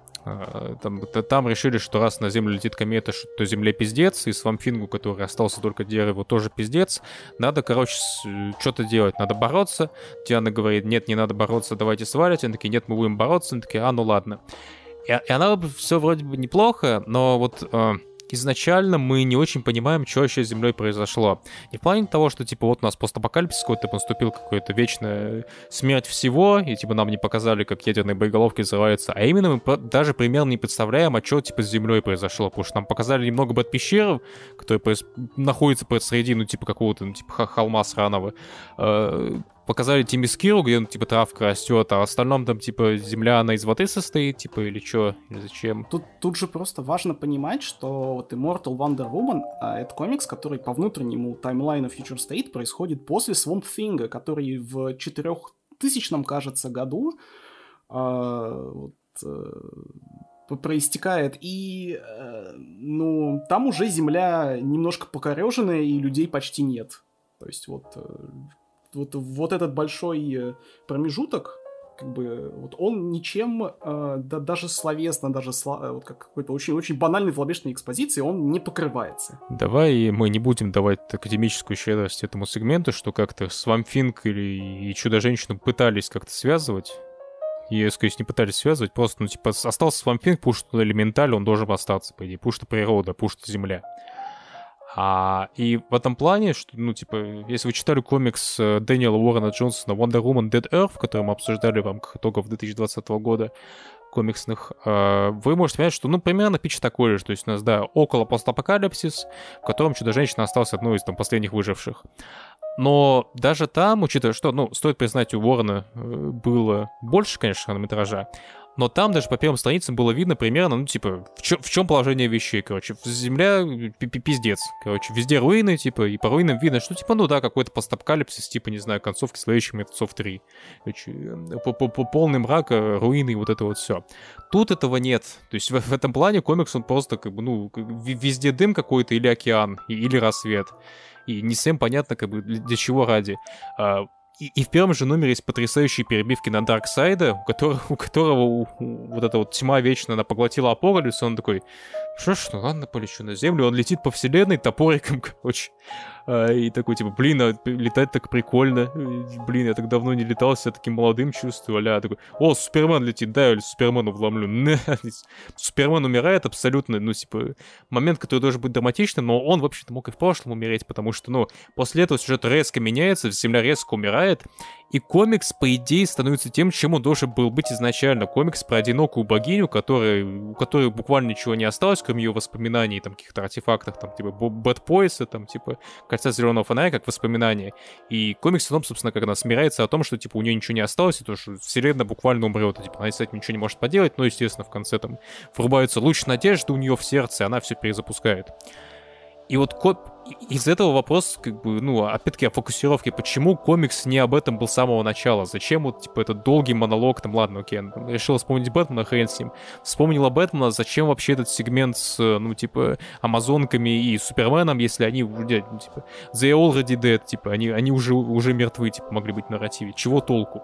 Там, там решили, что раз на Землю летит комета, то Земле пиздец, и Свамфингу, который остался только дерево, тоже пиздец. Надо, короче, что-то делать, надо бороться. Диана говорит, нет, не надо бороться, давайте свалить. Они такие, нет, мы будем бороться. Они такие, а, ну ладно. И, и она все вроде бы неплохо, но вот... изначально мы не очень понимаем, что вообще с Землей произошло. Не в плане того, что, типа, вот у нас постапокалипсис какой-то наступил, какая-то вечная смерть всего, и, типа, нам не показали, как ядерные боеголовки взрываются, а именно мы даже примерно не представляем, а что, типа, с Землей произошло, потому что нам показали немного бэт-пещер, которые проис... находятся посреди, ну, типа, какого-то, ну, типа, холма сраного. Показали Тимискиру, где, ну, типа, травка растет, а в остальном там, типа, земля, она из воды состоит, типа, или что, или зачем? Тут, тут же просто важно понимать, что вот Immortal Wonder Woman а, — это комикс, который по внутреннему таймлайну Future State происходит после Swamp Thing, который в четырехтысячном, кажется, году а, вот, а, проистекает. И, а, ну, там уже Земля немножко покореженная, и людей почти нет. То есть вот, вот, вот этот большой промежуток, как бы, вот он ничем, э, да, даже словесно, даже сла- вот как какой-то очень-очень банальной злобешной экспозиции, он не покрывается. Давай мы не будем давать академическую щедрость этому сегменту, что как-то Swamp Thing или и Чудо-женщину пытались как-то связывать. И, скорее всего, не пытались связывать, просто, ну, типа, остался Swamp Thing, потому что элементаль, он должен остаться, по идее, потому что природа, потому что Земля. А, и в этом плане, что, ну, типа, если вы читали комикс Дэниела Уоррена Джонсона Wonder Woman Dead Earth, который мы обсуждали в рамках итогов две тысячи двадцатого года комиксных, э, вы можете понять, что, ну, примерно питч такой же. То есть у нас, да, около постапокалипсис, в котором Чудо-женщина осталась одной из, там, последних выживших. Но даже там, учитывая, что, ну, стоит признать, у Уоррена э, было больше, конечно, хронометража, но там даже по первым страницам было видно примерно, ну, типа, в, чё, в чем положение вещей, короче. Земля пиздец, короче. Везде руины, типа, и по руинам видно, что, типа, ну да, какой-то постапокалипсис, типа, не знаю, концовки следующих Мертвецов три. Короче, по, по, по полный мрак, руины и вот это вот все. Тут этого нет. То есть в, в этом плане комикс, он просто, как бы, ну, везде дым какой-то или океан, или рассвет. И не всем понятно, как бы, для чего ради. И, и в первом же номере есть потрясающие перебивки на Дарксайда, у которого, у которого у, у, вот эта вот тьма вечная, она поглотила Апокалипс, он такой, что ж, ну ладно, полечу на Землю, он летит по вселенной топориком, короче. А, и такой, типа, блин, а летать так прикольно, блин, я так давно не летал, себя таким молодым чувствую, а такой, о, Супермен летит, да, я Супермену вломлю. Супермен умирает абсолютно, ну, типа, момент, который должен быть драматичным, но он, вообще-то, мог и в прошлом умереть, потому что, ну, после этого сюжет резко меняется, Земля резко умирает, и комикс, по идее, становится тем, чем он должен был быть изначально. Комикс про одинокую богиню, которая, у которой буквально ничего не осталось, кроме ее воспоминаний, там, каких-то артефактов, там, типа, Бэтпойса, там, типа, Кольца Зеленого Фонаря, как воспоминания. И комикс о том, собственно, как она смиряется о том, что, типа, у нее ничего не осталось, и то, что вселенная буквально умрет, и, типа, она с этим ничего не может поделать, но, естественно, в конце, там, врубается луч надежды у нее в сердце, и она все перезапускает. И вот коп... из этого вопрос, как бы, ну, опять-таки, о фокусировке. Почему комикс не об этом был с самого начала? Зачем вот, типа, этот долгий монолог, там, ладно, окей, решил вспомнить Бэтмена, хрен с ним. Вспомнила Бэтмена, зачем вообще этот сегмент с, ну, типа, Амазонками и Суперменом, если они, ну, типа, they already dead, типа, они, они уже, уже мертвы, типа, могли быть в нарративе. Чего толку?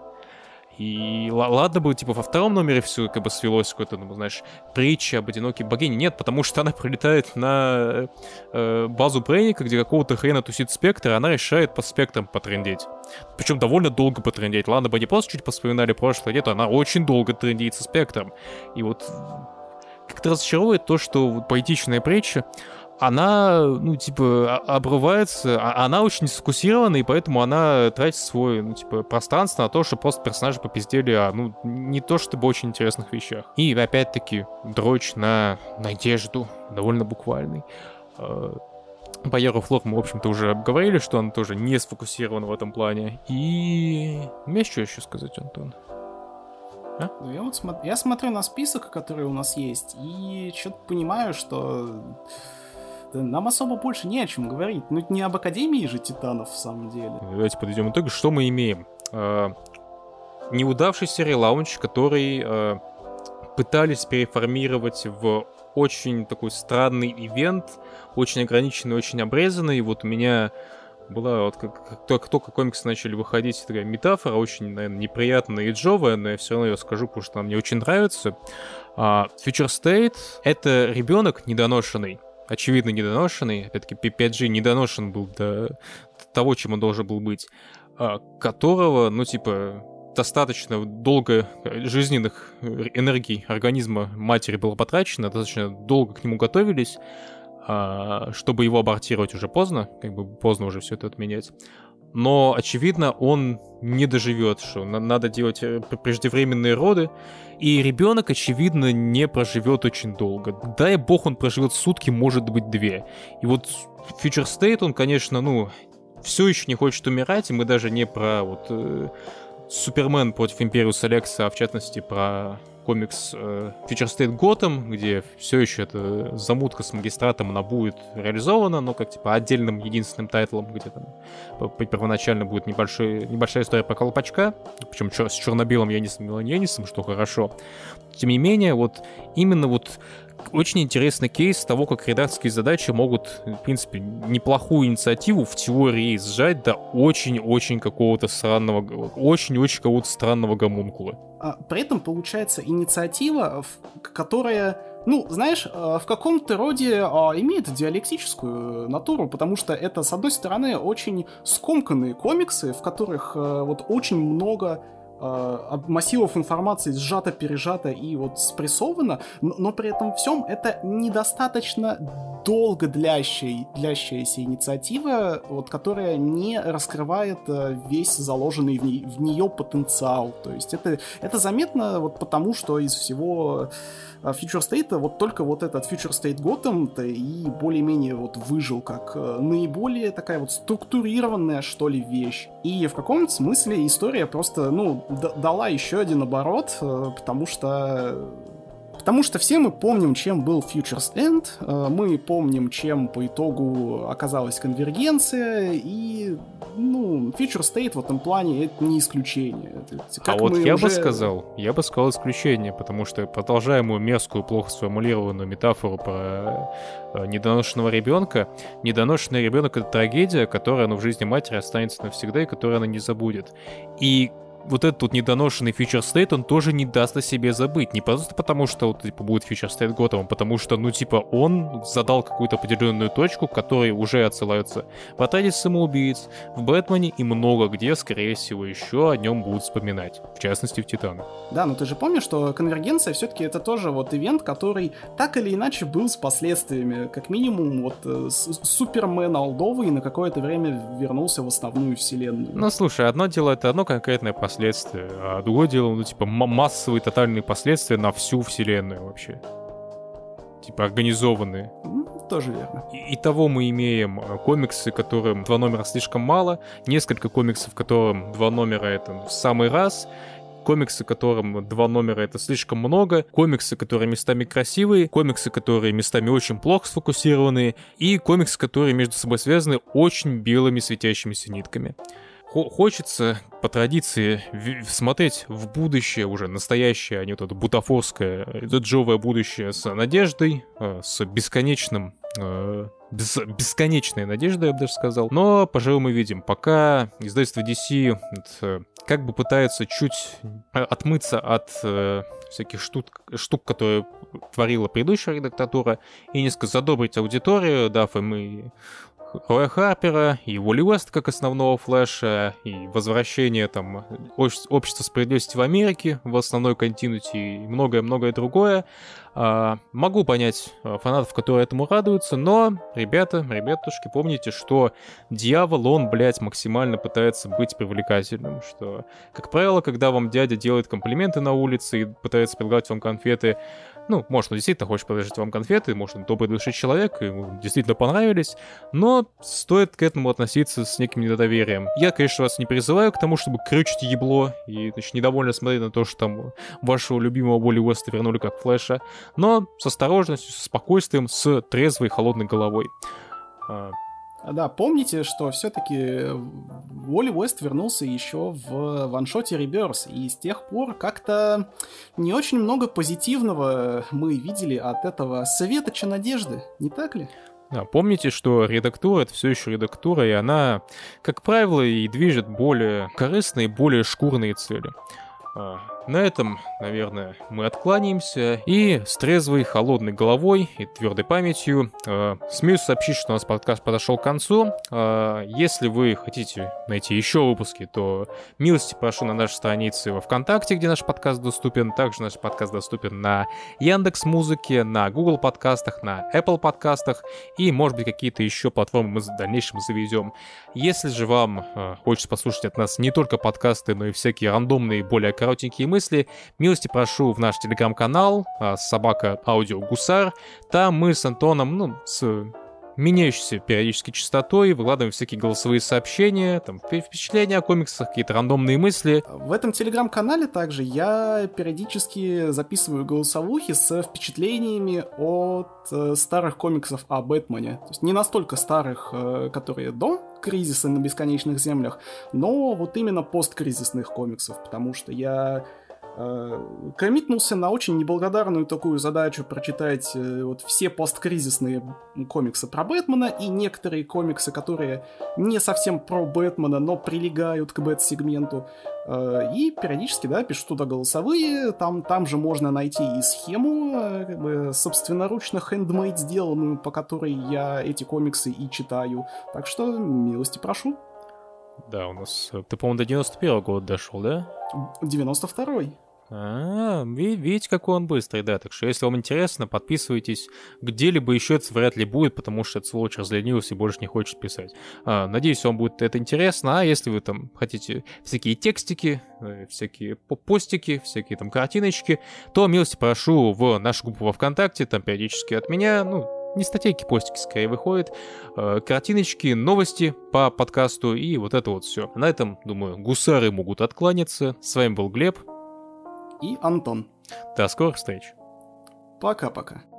И ладно бы, типа, во втором номере все как бы свелось какой-то, ну, знаешь, притча об одинокой богине. Нет, потому что она прилетает на э, базу Брейника, где какого-то хрена тусит Спектр, и она решает по спектрам потрындеть. Причем довольно долго потрындеть. Ладно бы не просто чуть поспоминали прошлое, нет, она очень долго трындит со Спектром. И вот как-то разочаровывает то, что поэтичная притча, она, ну, типа, обрывается, она очень сфокусирована, и поэтому она тратит свое, ну, типа, пространство на то, что просто персонажи попиздели о, ну, не то чтобы очень интересных вещах. И, опять-таки, дрочь на надежду, довольно буквальный. По Hero of Lore мы, в общем-то, уже обговорили, что он тоже не сфокусирован в этом плане. И... У меня что еще сказать, Антон? А? Я вот смо... я смотрю на список, который у нас есть, и что-то понимаю, что... Нам особо больше не о чем говорить. Ну, не об Академии же Титанов, в самом деле. Давайте подойдем к итогу. Что мы имеем? Э, неудавшийся релаунч, который э, пытались переформировать в очень такой странный ивент, очень ограниченный, очень обрезанный. Вот у меня была, вот как, как только, только комиксы начали выходить, такая метафора, очень, наверное, неприятная и джовая, но я все равно ее скажу, потому что она мне очень нравится. Uh, Future State — это ребенок недоношенный, очевидно недоношенный, опять-таки пять джи недоношен был до того, чем он должен был быть, которого, ну, типа, достаточно долго жизненных энергий организма матери было потрачено, достаточно долго к нему готовились, чтобы его абортировать уже поздно, как бы поздно уже все это отменять. Но, очевидно, он не доживет, что надо делать преждевременные роды, и ребенок, очевидно, не проживет очень долго. Дай бог, он проживет сутки, может быть, две. И вот Future State, он, конечно, ну, все еще не хочет умирать, и мы даже не про вот э, Супермен против Империуса Лекса, а в частности про комикс э, Future State Gotham, где все еще эта замутка с магистратом, она будет реализована, но как типа отдельным единственным тайтлом, где там первоначально будет небольшой, небольшая история про Колпачка, причем чер- с черно-белым Янисом Меланьянисом, что хорошо. Тем не менее, вот именно вот очень интересный кейс того, как редакторские задачи могут, в принципе, неплохую инициативу в теории сжать до очень-очень какого-то странного, очень-очень какого-то странного гомункула. А при этом получается инициатива, которая, ну, знаешь, в каком-то роде имеет диалектическую натуру, потому что это, с одной стороны, очень скомканные комиксы, в которых вот очень много массивов информации сжато, пережато и вот спрессовано, но, но при этом всем это недостаточно долго длящая, длящаяся инициатива, вот, которая не раскрывает весь заложенный в, не, в нее потенциал. То есть это, это заметно вот потому, что из всего Future State вот только вот этот Future State Gotham-то и более-менее вот выжил как наиболее такая вот структурированная, что ли, вещь. И в каком-то смысле история просто, ну, д- дала еще один оборот, потому что Потому что все мы помним, чем был Future's End, мы помним, чем по итогу оказалась конвергенция, и, ну, Future State в этом плане это не исключение. Как а вот я уже... бы сказал, я бы сказал исключение, потому что продолжаемую мерзкую, плохо сформулированную метафору про недоношенного ребенка, недоношенный ребенок — это трагедия, которая, ну, в жизни матери останется навсегда и которую она не забудет. И вот этот вот недоношенный Future State, он тоже не даст о себе забыть. Не просто потому, что вот, типа, будет Future State Gotham, а потому что, ну, типа, он задал какую-то определенную точку, к которой уже отсылаются в «Отряде самоубийц», в «Бэтмене» и много где, скорее всего, еще о нем будут вспоминать. В частности, в «Титанах». Да, но ты же помнишь, что конвергенция все-таки это тоже вот ивент, который так или иначе был с последствиями. Как минимум, вот Супермен олдовый на какое-то время вернулся в основную вселенную. Ну, слушай, одно дело — это одно конкретное последствие, а другое дело, ну, типа, массовые тотальные последствия на всю вселенную вообще. Типа, организованные. Mm, тоже верно. И- Итого мы имеем комиксы, которым два номера слишком мало, несколько комиксов, которым два номера — это в самый раз, комиксы, которым два номера — это слишком много, комиксы, которые местами красивые, комиксы, которые местами очень плохо сфокусированы, и комиксы, которые между собой связаны очень белыми светящимися нитками. Хочется по традиции в- смотреть в будущее, уже настоящее, а не вот это бутафорское, джовое будущее с надеждой, с бесконечным, без, бесконечной надеждой, я бы даже сказал. Но, пожалуй, мы видим, пока издательство ди си вот, как бы пытается чуть отмыться от всяких штук, штук, которые творила предыдущая редактатура, и несколько задобрить аудиторию, дав им и Роя Харпера, и Уолли Уэст как основного Флэша, и возвращение там общества справедливости в Америке в основной континуити, и многое-многое другое. А, могу понять фанатов, которые этому радуются, но, ребята, ребятушки, помните, что дьявол, он, блядь, максимально пытается быть привлекательным, что, как правило, когда вам дядя делает комплименты на улице и пытается предлагать вам конфеты, ну, может, он действительно хочет предложить вам конфеты, может, он добрый души человек, и ему действительно понравились, но стоит к этому относиться с неким недоверием. Я, конечно, вас не призываю к тому, чтобы крючить ебло и, значит, недовольно смотреть на то, что там вашего любимого Уолли Уэста вернули как Флэша, но с осторожностью, с спокойствием, с трезвой, холодной головой. Да, помните, что все-таки Уолли Уэст вернулся еще в ваншоте Rebirth, и с тех пор как-то не очень много позитивного мы видели от этого светоча надежды, не так ли? Да, помните, что редактура — это все еще редактура, и она, как правило, и движет более корыстные, более шкурные цели. На этом, наверное, мы откланяемся, и с трезвой, холодной головой и твердой памятью э, смею сообщить, что у нас подкаст подошел к концу. Э, если вы хотите найти еще выпуски, то милости прошу на нашей странице во ВКонтакте, где наш подкаст доступен. Также наш подкаст доступен на Яндекс.Музыке, на Google подкастах, на Apple подкастах, и, может быть, какие-то еще платформы мы в дальнейшем заведем. Если же вам э, хочется послушать от нас не только подкасты, но и всякие рандомные, более коротенькие мысли, милости прошу в наш телеграм-канал собака аудио гусар. Там мы с Антоном, ну, с меняющейся периодически частотой, выкладываем всякие голосовые сообщения, там, впечатления о комиксах, какие-то рандомные мысли. В этом телеграм-канале также я периодически записываю голосовухи с впечатлениями от э, старых комиксов о Бэтмене. То есть не настолько старых, э, которые до кризиса на Бесконечных Землях, но вот именно посткризисных комиксов, потому что я коммитнулся на очень неблагодарную такую задачу прочитать э, вот все посткризисные комиксы про Бэтмена и некоторые комиксы, которые не совсем про Бэтмена, но прилегают к Бэт-сегменту. Э, и периодически, да, пишу туда голосовые, там, там же можно найти и схему, э, как бы собственноручно хендмейд сделанную, по которой я эти комиксы и читаю. Так что милости прошу. Да, у нас... Ты, по-моему, до девяносто первого года дошел, да? девяносто второй. А, видите, какой он быстрый, да. Так что, если вам интересно, подписывайтесь. Где-либо еще это вряд ли будет, потому что этот сволочь разленился и больше не хочет писать. А, надеюсь, вам будет это интересно. А если вы там хотите всякие текстики, всякие постики, всякие там картиночки, то милости прошу в нашу группу во ВКонтакте. Там периодически от меня, ну, не статейки, постики скорее выходят, э, картиночки, новости по подкасту и вот это вот все. На этом, думаю, гусары могут откланяться. С вами был Глеб. И Антон. До скорых встреч. Пока-пока.